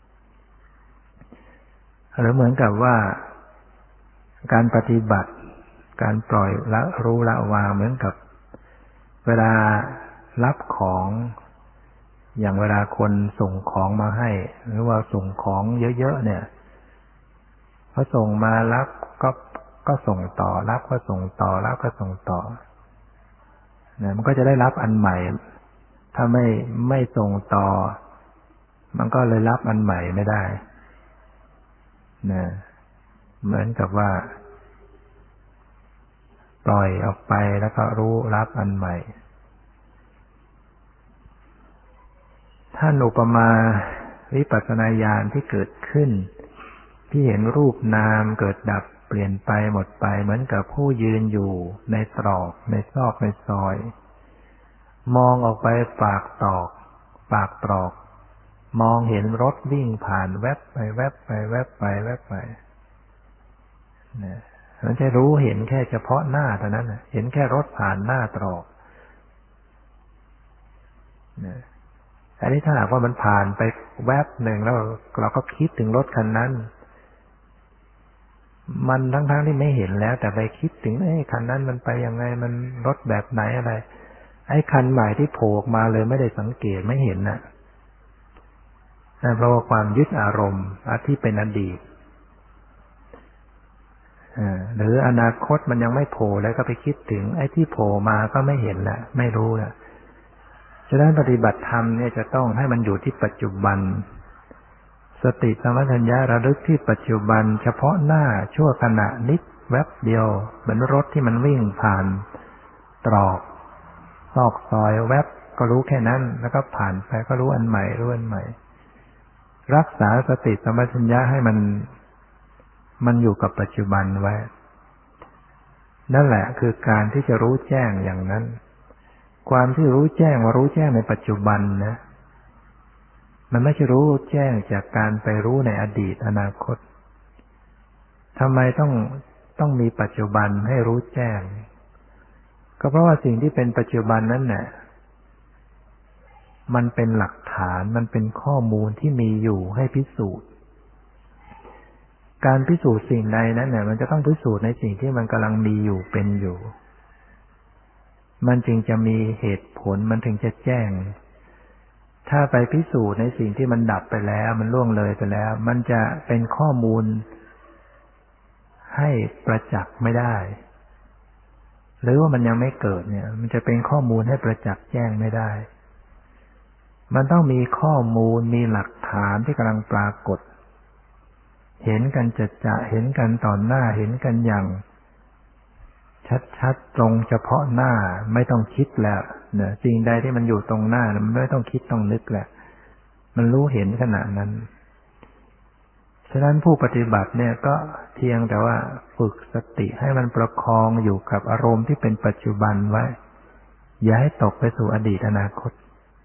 หรือเหมือนกับว่าการปฏิบัติการปล่อยละรู้ละวางเหมือนกับเวลารับของอย่างเวลาคนส่งของมาให้หรือว่าส่งของเยอะๆเนี่ยพอส่งมารับก็ก็ส่งต่อรับก็ส่งต่อรับก็ส่งต่อเนี่ยมันก็จะได้รับอันใหม่ถ้าไม่ไม่ส่งต่อมันก็เลยรับอันใหม่ไม่ได้นะเหมือนกับว่าปล่อยออกไปแล้วก็รู้รับอันใหม่ท่านอุปมาวิปัสสนาญาณที่เกิดขึ้นที่เห็นรูปนามเกิดดับเปลี่ยนไปหมดไปเหมือนกับผู้ยืนอยู่ในตรอกในซอกในซอยมองออกไปปากตอกปากตรอกมองเห็นรถวิ่งผ่านแวบไปแวบไปแวบไปแวบไปนะมันจะรู้เห็นแค่เฉพาะหน้าเท่านั้นเห็นแค่รถผ่านหน้าตรอกนะอันนี้ถ้าหากว่ามันผ่านไปแวบหนึ่งแล้วเราก็คิดถึงรถคันนั้นมันทั้งๆที่ไม่เห็นแล้วแต่ไปคิดถึงไอ้คันนั้นมันไปยังไงมันรถแบบไหนอะไรไอ้คันใหม่ที่โผล่ออกมาเลยไม่ได้สังเกตไม่เห็นนะเพราะว่าความยึดอารมณ์ที่เป็นอดีตหรืออนาคตมันยังไม่โผล่แล้วก็ไปคิดถึงไอ้ที่โผล่มาก็ไม่เห็นละไม่รู้ละฉะนั้นปฏิบัติธรรมเนี่ยจะต้องให้มันอยู่ที่ปัจจุบันสติสัมปชัญญะระลึกที่ปัจจุบันเฉพาะหน้าชั่วขณะนิดแวบเดียวเหมือนรถที่มันวิ่งผ่านตรอกซอกซอยแวบก็รู้แค่นั้นแล้วก็ผ่านไปก็รู้อันใหม่รู้อันใหม่รักษาสติสัมปชัญญะให้มันมันอยู่กับปัจจุบันไว้นั่นแหละคือการที่จะรู้แจ้งอย่างนั้นความที่รู้แจ้งว่ารู้แจ้งในปัจจุบันนะมันไม่ใช่รู้แจ้งจากการไปรู้ในอดีตอนาคตทำไมต้องต้องมีปัจจุบันให้รู้แจ้งก็เพราะว่าสิ่งที่เป็นปัจจุบันนั้นน่ะมันเป็นหลักฐานมันเป็นข้อมูลที่มีอยู่ให้พิสูจน์การพิสูจน์สิ่งใดนั้นเนี่ยมันจะต้องพิสูจน์ในสิ่งที่มันกำลังมีอยู่เป็นอยู่มันจึงจะมีเหตุผลมันถึงจะแจ้งถ้าไปพิสูจน์ในสิ่งที่มันดับไปแล้วมันล่วงเลยไปแล้วมันจะเป็นข้อมูลให้ประจักษ์ไม่ได้หรือว่ามันยังไม่เกิดเนี่ยมันจะเป็นข้อมูลให้ประจักษ์แจ้งไม่ได้มันต้องมีข้อมูลมีหลักฐานที่กำลังปรากฏเห็นกันจะจะเห็นกันต่อหน้าเห็นกันอย่างชัดๆตรงเฉพาะหน้าไม่ต้องคิดแล้วเนี่ยสิ่งใดที่มันอยู่ตรงหน้ามันไม่ต้องคิดต้องนึกแหละมันรู้เห็นขณะนั้นฉะนั้นผู้ปฏิบัติเนี่ยก็เพียงแต่ว่าฝึกสติให้มันประคองอยู่กับอารมณ์ที่เป็นปัจจุบันไว้อย่าให้ตกไปสู่อดีตอนาคต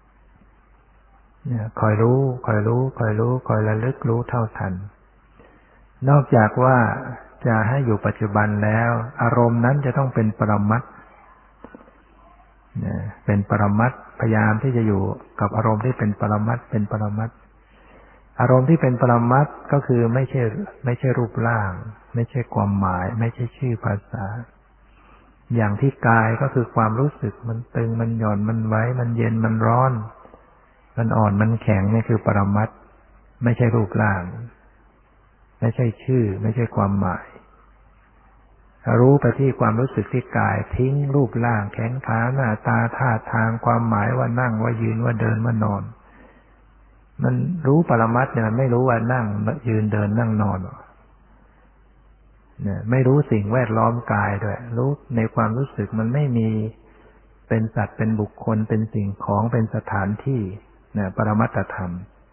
เนี่ยคอยรู้คอยรู้คอยรู้คอยระลึกรู้เท่าทันนอกจากว่าจะให้อยู่ปัจจุบันแล้วอารมณ์นั้นจะต้องเป็นปรมัตถ์เป็นปรมัตถ์พยายามที่จะอยู่กับอารมณ์ที่เป็นปรมัตถ์เป็นปรมัตถ์อารมณ์ที่เป็นปรมัตถ์ก็คือไม่ใช่ไม่ใช่รูปร่างไม่ใช่ความหมายไม่ใช่ชื่อภาษาอย่างที่กายก็คือความรู้สึกมันตึงมันหย่อนมันไว้มันเย็นมันร้อนมันอ่อนมันแข็งนี่คือปรมัตถ์ไม่ใช่รูปร่างไม่ใช่ชื่อไม่ใช่ความหมายรู้ไปที่ความรู้สึกที่กายทิ้งรูปร่างแขนขาหน้าตาท่าทางความหมายว่านั่งว่ายืนว่าเดินว่านอนมันรู้ปรมัตถ์เนี่ยมันไม่รู้ว่านั่งยืนเดินนั่งนอนเนี่ยไม่รู้สิ่งแวดล้อมกายด้วยรู้ในความรู้สึกมันไม่มีเป็นสัตว์เป็นบุคคลเป็นสิ่งของเป็นสถานที่เนี่ยปรมัตถธรรม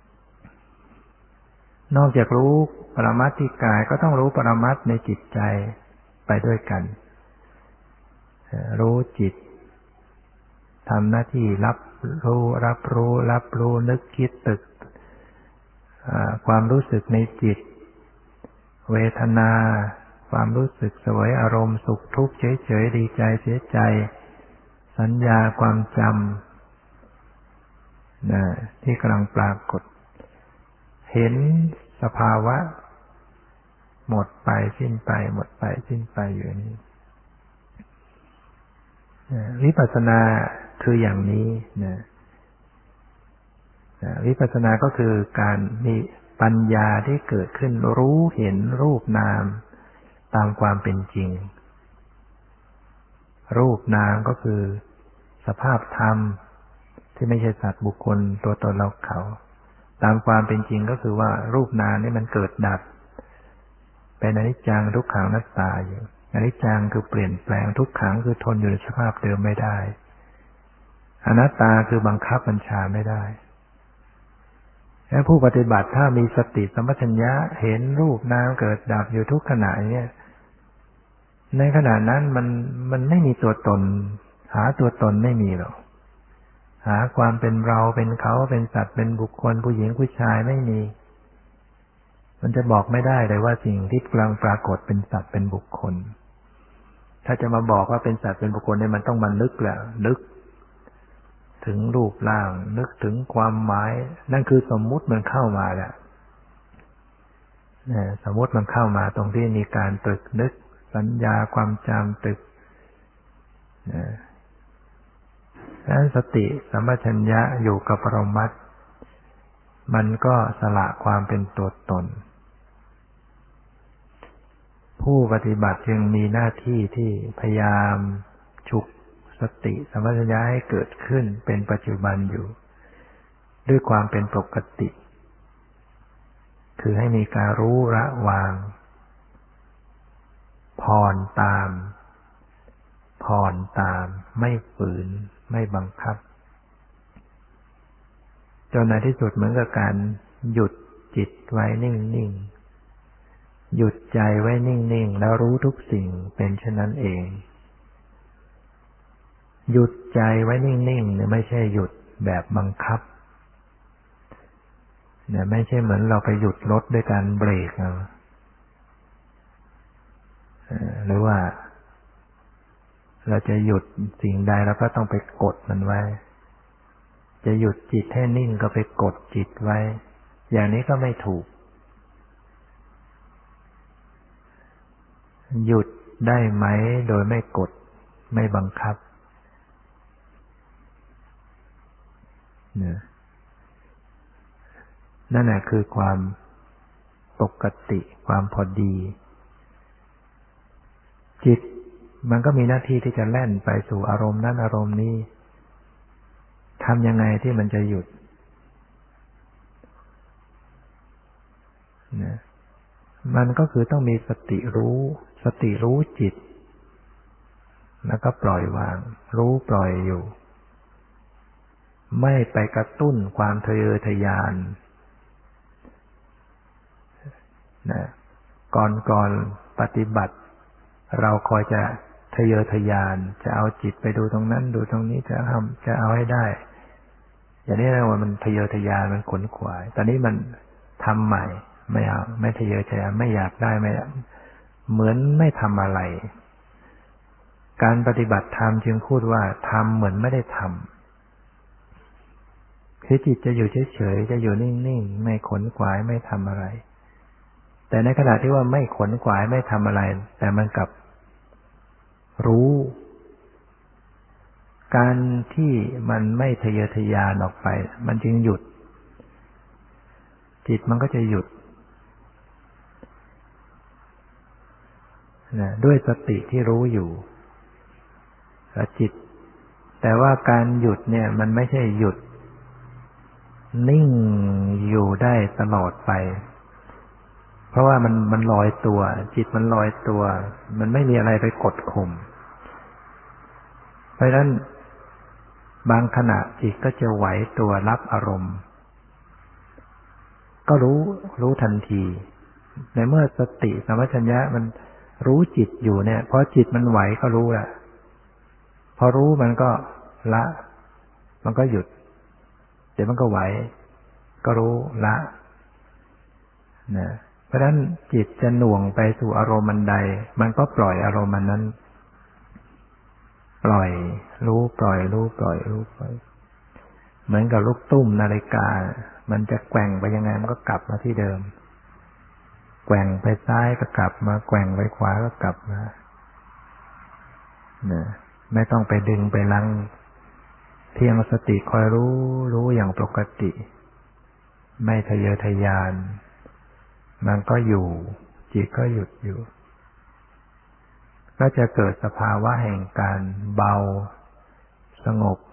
นอกจากรู้ปรมัตถ์ที่กายก็ต้องรู้ปรมัตถ์ในจิตใจไปด้วยกันรู้จิตทำหน้าที่รับรู้รับรู้รับรู้นึกคิดตึกความรู้สึกในจิตเวทนาความรู้สึกเสวยอารมณ์สุขทุกข์เฉยๆดีใจเสียใจสัญญาความจำนะที่กำลังปรากฏเห็นสภาวะหมดไปสิ้นไปหมดไปสิ้นไปอยู่นี้วิปัสสนาคืออย่างนี้นะวิปัสสนาก็คือการมีปัญญาที่เกิดขึ้นรู้เห็นรูปนามตามความเป็นจริงรูปนามก็คือสภาพธรรมที่ไม่ใช่สัตว์บุคคลตัวตนเราเขาตามความเป็นจริงก็คือว่ารูปนามนี่มันเกิดดับเป็นอนิจจังทุกขังอนัตตาอยู่อนิจจังคือเปลี่ยนแปลงทุกขังคือทนอยู่ในสภาพเดิมไม่ได้อนัตตาคือบังคับบัญชาไม่ได้และผู้ปฏิบัติถ้ามีสติสัมปชัญญะเห็นรูปนามเกิดดับอยู่ทุกขณะเนี่ยในขณะนั้นมันมันไม่มีตัวตนหาตัวตนไม่มีหรอกหาความเป็นเราเป็นเขาเป็นสัตว์เป็นบุคคลผู้หญิงผู้ชายไม่มีมันจะบอกไม่ได้เลยว่าสิ่งที่กำลังปรากฏเป็นสัตว์เป็นบุคคลถ้าจะมาบอกว่าเป็นสัตว์เป็นบุคคลเนี่ยมันต้องมานึกแหละนึกถึงรูปร่างนึกถึงความหมายนั่นคือสมมุติมันเข้ามาแล้วเนี่ยสมมุติมันเข้ามาตรงที่มีการตรึกนึกสัญญาความจำตรึกนะดังนั้นสติสัมปชัญญะอยู่กับปรมัตถ์มันก็สละความเป็นตัวตนผู้ปฏิบัติจึงมีหน้าที่ที่พยายามฉุกสติสัมปชัญญะให้เกิดขึ้นเป็นปัจจุบันอยู่ด้วยความเป็นปกติคือให้มีการรู้ละวางผ่อนตามผ่อนตามไม่ฝืนไม่บังคับจนในที่สุดเหมือนกับการหยุดจิตไว้นิ่งๆหยุดใจไว้นิ่งๆแล้วรู้ทุกสิ่งเป็นเช่นนั้นเองหยุดใจไว้นิ่งๆเนี่ยไม่ใช่หยุดแบบบังคับเนี่ยไม่ใช่เหมือนเราไปหยุดรถด้วยการเบรกเอาหรือว่าเราจะหยุดสิ่งใดเราก็ต้องไปกดมันไว้จะหยุดจิตให้นิ่งก็ไปกดจิตไว้อย่างนี้ก็ไม่ถูกหยุดได้ไหมโดยไม่กดไม่บังคับเนี่ยนั่นแหละคือความปกติความพอดีจิตมันก็มีหน้าที่ที่จะแล่นไปสู่อารมณ์นั้นอารมณ์นี้ทำยังไงที่มันจะหยุดนะมันก็คือต้องมีสติรู้สติรู้จิตแล้วก็ปล่อยวางรู้ปล่อยอยู่ไม่ไปกระตุ้นความทะเยอทะยานนะก่อนก่อนปฏิบัติเราคอยจะทะเยอทะยานจะเอาจิตไปดูตรงนั้นดูตรงนี้จะทำจะเอาให้ได้อย่างนี้เรียกว่ามันทะเยอทะยานมันขนขวายตอนนี้มันทำใหม่ไม่เอาไม่ทะเยอทะยานไม่อยากได้ไม่เหมือนไม่ทำอะไรการปฏิบัติธรรมจึงพูดว่าทำเหมือนไม่ได้ทำคือจิตจะอยู่เฉยๆจะอยู่นิ่งๆไม่ขนขวายไม่ทำอะไรแต่ในขณะที่ว่าไม่ขนขวายไม่ทำอะไรแต่มันกลับรู้การที่มันไม่ทะเยอทะยานออกไปมันจึงหยุดจิตมันก็จะหยุดนะด้วยสติที่รู้อยู่และจิตแต่ว่าการหยุดเนี่ยมันไม่ใช่หยุดนิ่งอยู่ได้ตลอดไปเพราะว่ามันมันลอยตัวจิตมันลอยตัวมันไม่มีอะไรไปกดข่มเพราะฉะนั้นบางขณะจิตก็จะไหวตัวรับอารมณ์ก็รู้รู้ทันทีในเมื่อสติสัมปชัญญะมันรู้จิตอยู่เนี่ยพอจิตมันไหวก็รู้แหละพอรู้มันก็ละมันก็หยุดเดี๋ยวมันก็ไหวก็รู้ละนะเพราะฉะนั้นจิตจะหน่วงไปสู่อารมณ์ใดมันก็ปล่อยอารมณ์นั้นปล่อยรู้ปล่อยรู้ปล่อยรู้ปล่อยเหมือนกับลูกตุ้มนาฬิกามันจะแกว่งไปยังไงมันก็กลับมาที่เดิมแกว่งไปซ้ายก็กลับมาแกว่งไปขวาก็กลับมาเนี่ยไม่ต้องไปดึงไปลังเพียงสติคอยรู้รู้อย่างปกติไม่ทะเยอทะยานมันก็อยู่จิตก็หยุดอยู่ก็จะเกิดสภาวะแห่งการเบาสงบ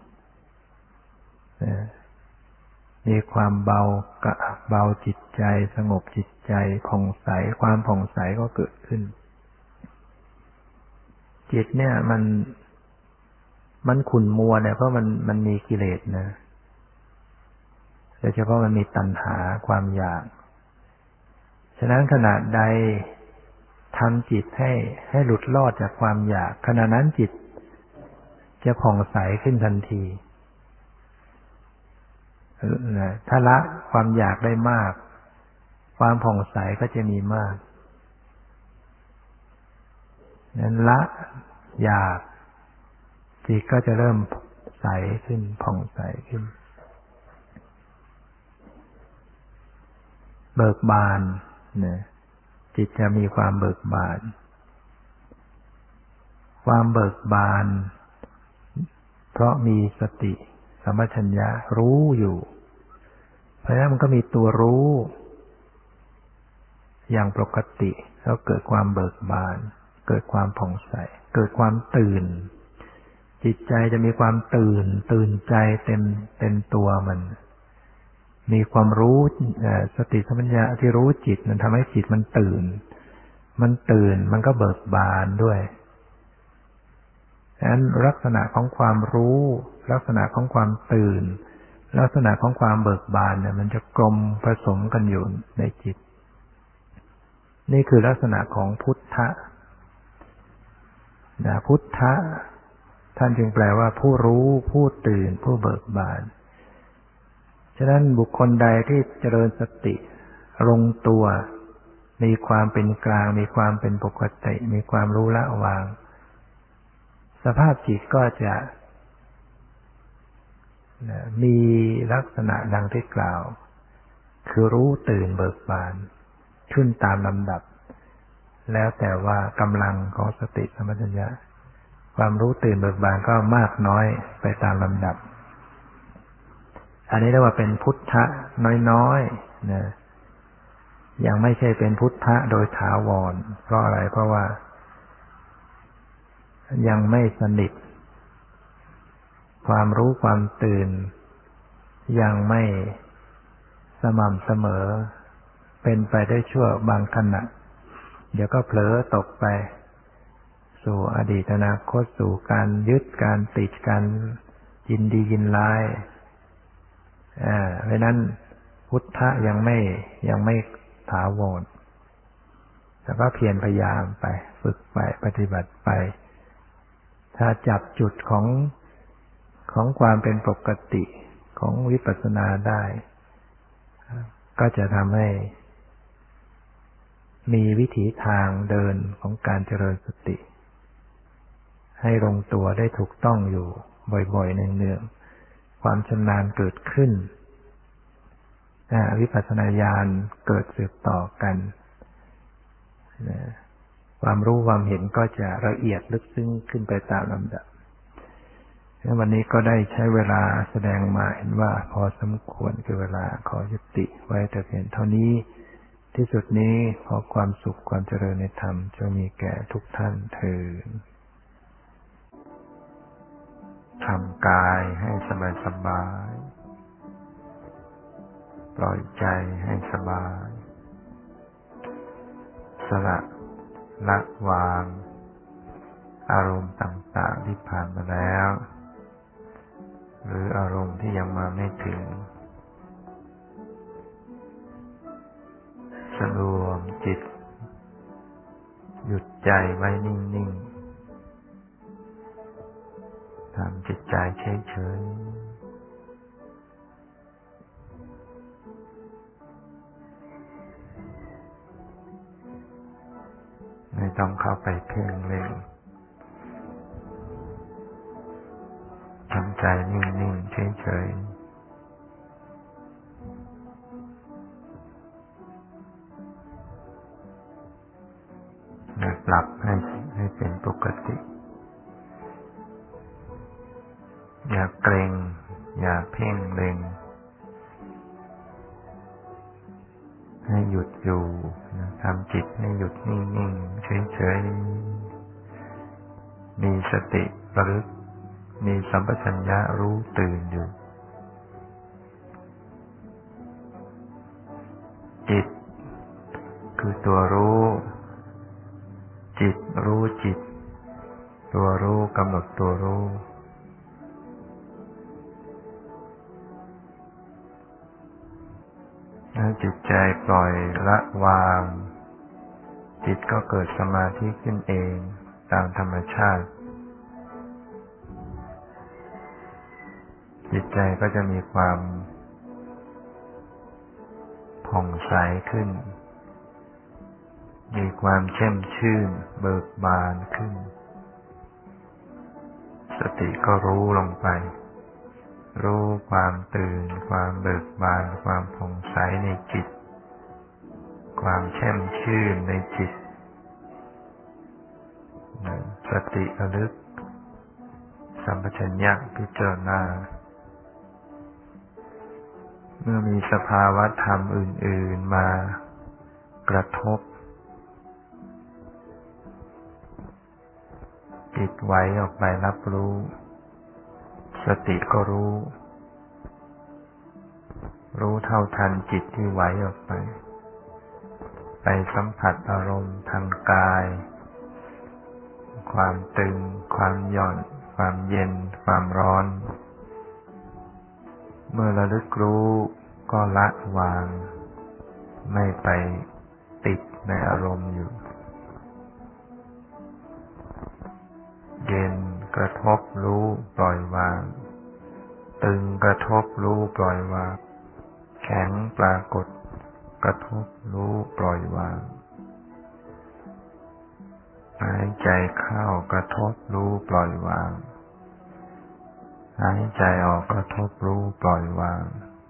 มีความเบากะเบาจิตใจสงบจิตใจผ่องใสความผ่องใสก็เกิดขึ้นจิตเนี่ยมันมันขุ่นมัวเนี่ยเพราะมันมันมีกิเลสนะโดยเฉพาะมันมีตัณหาความอยากฉะนั้นขณะใดทำจิตให้ให้หลุดรอดจากความอยากขณะนั้นจิตจะผ่องใสขึ้นทันทีถ้าละความอยากได้มากความผ่องใสก็จะมีมากนั้นละหยาบจิตก็จะเริ่มใสขึ้นผ่องใสขึ้นเบิกบานนะจิตจะมีความเบิกบานความเบิกบานเพราะมีสติสัมปชัญญะรู้อยู่เพราะฉะนั้นมันก็มีตัวรู้อย่างปกติแล้วเกิดความเบิกบานเกิดความผ่องใสเกิดความตื่นจิตใจจะมีความตื่นตื่นใจเต็มเต็มตัวมันมีความรู้สติสัมปชัญญะที่รู้จิตมันทำให้จิตมันตื่นมันตื่นมันก็เบิกบานด้วยฉะนั้นลักษณะของความรู้ลักษณะของความตื่นลักษณะของความเบิกบานเนี่ยมันจะกลมผสมกันอยู่ในจิตนี่คือลักษณะของพุทธะนะพุทธะท่านจึงแปลว่าผู้รู้ผู้ตื่นผู้เบิกบานฉะนั้นบุคคลใดที่เจริญสติลงตัวมีความเป็นกลางมีความเป็นปกติมีความรู้ละวางสภาพจิตก็จะมีลักษณะดังที่กล่าวคือรู้ตื่นเบิกบานขึ้นตามลำดับแล้วแต่ว่ากำลังของสติสัมปชัญญะความรู้ตื่นเบิกบานก็มากน้อยไปตามลำดับอันนี้เรียกว่าเป็นพุทธะน้อยๆนะยังไม่ใช่เป็นพุทธะโดยถาวรเพราะอะไรเพราะว่ายังไม่สนิทความรู้ความตื่นยังไม่สม่ำเสมอเป็นไปได้ชั่วบางขณะเดี๋ยวก็เผลอตกไปสู่อดีตอนาคตสู่การยึดการติดการยินดียินร้ายอ่าเพราะนั้นพุทธะยังไม่ยังไม่ถาวรแต่ก็เพียรพยายามไปฝึกไปปฏิบัติไปถ้าจับจุดของของความเป็นปกติของวิปัสสนาได้ก็จะทำให้มีวิถีทางเดินของการเจริญสติให้ลงตัวได้ถูกต้องอยู่บ่อยๆเนืองๆความชำนาญเกิดขึ้นวิปัสสนาญาณเกิดสืบต่อกันความรู้ความเห็นก็จะละเอียดลึกซึ้งขึ้นไปตามลำดับวันนี้ก็ได้ใช้เวลาแสดงมาเห็นว่าพอสมควรคือเวลาขอยุติไว้แต่เพียงเท่านี้ที่สุดนี้ขอความสุขความเจริญในธรรมจงมีแก่ทุกท่านเทอญทำกายให้สบายสบายปล่อยใจให้สบายสละละวางอารมณ์ต่างๆที่ผ่านมาแล้วหรืออารมณ์ที่ยังมาไม่ถึงสำรวมจิตหยุดใจไว้นิ่งๆทำจิตใจเฉยๆไม่ต้องเข้าไปเพ่งเล็งทำใจนิ่งๆเฉยๆปรับให้ให้เป็นปกติอย่าเกรงอย่าเพ่งเล็งให้หยุดอยู่ทำจิตให้หยุดนิ่งๆเฉยๆมีสติระลึกมีสัมปชัญญะรู้ตื่นอยู่จิตคือตัวรู้จิตรู้จิตตัวรู้กำหนดตัวรู้ถ้าจิตใจปล่อยละวางจิตก็เกิดสมาธิขึ้นเองตามธรรมชาติจิตใจก็จะมีความผผ่องใสขึ้นมีความแช่มชื่นเบิกบานขึ้นสติก็รู้ลงไปรู้ความตื่นความเบิกบานความผ่องใสในจิตความแช่มชื่นในจิตสติระลึกสัมปชัญญะพิจารณาเมื่อมีสภาวะธรรมอื่นๆมากระทบจิตไหวออกไปรับรู้สติก็รู้รู้เท่าทันจิตที่ไหวออกไปไปสัมผัสอารมณ์ทางกายความตึงความหย่อนความเย็นความร้อนเมื่อระลึกรู้ก็ละวางไม่ไปติดในอารมณ์อยู่เย็นกระทบรู้ปล่อยวางตึงกระทบรู้ปล่อยวางแข็งปรากฏกระทบรู้ปล่อยวางหายใจเข้ากระทบรู้ปล่อยวางหายใจออกกระทบรู้ปล่อยวาง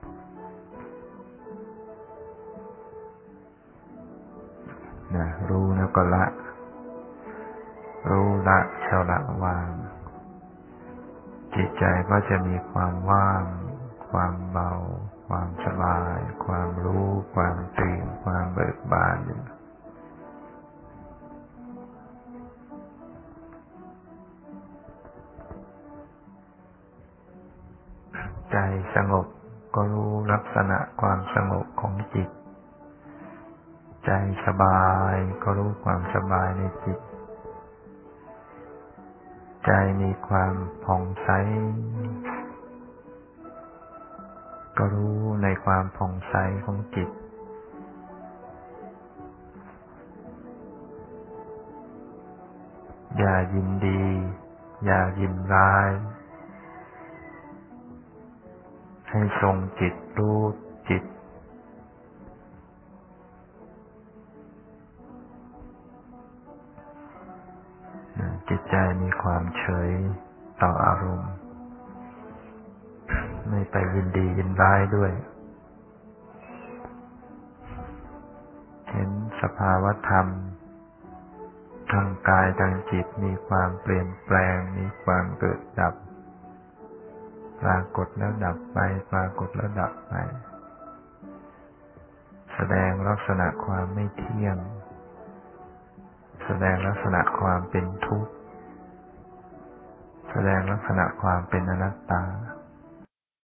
นะรู้แล้วก็ละรู้ละเท่าละวางจิตใจก็จะมีความว่างความเบาความสบายความรู้ความตื่นความเบิกบานอยู่ใจสงบก็รู้ลักษณะความสงบของจิตใจสบายก็รู้ความสบายในจิตใจมีความผ่องใสก็รู้ในความผ่องใสของจิตอย่ายินดีอย่ายินร้ายให้ทรงจิตรู้จิตจิตใจมีความเฉยต่ออารมณ์ไม่ไปยินดียินร้ายด้วยเห็นสภาวะธรรมทางกายทางจิตมีความเปลี่ยนแปลงมีความเกิดดับปรากฏแล้วดับไปปรากฏแล้วดับไปแสดงลักษณะความไม่เที่ยงแสดงลักษณะความเป็นทุกข์แสดงลักษณะความเป็นอนัตตา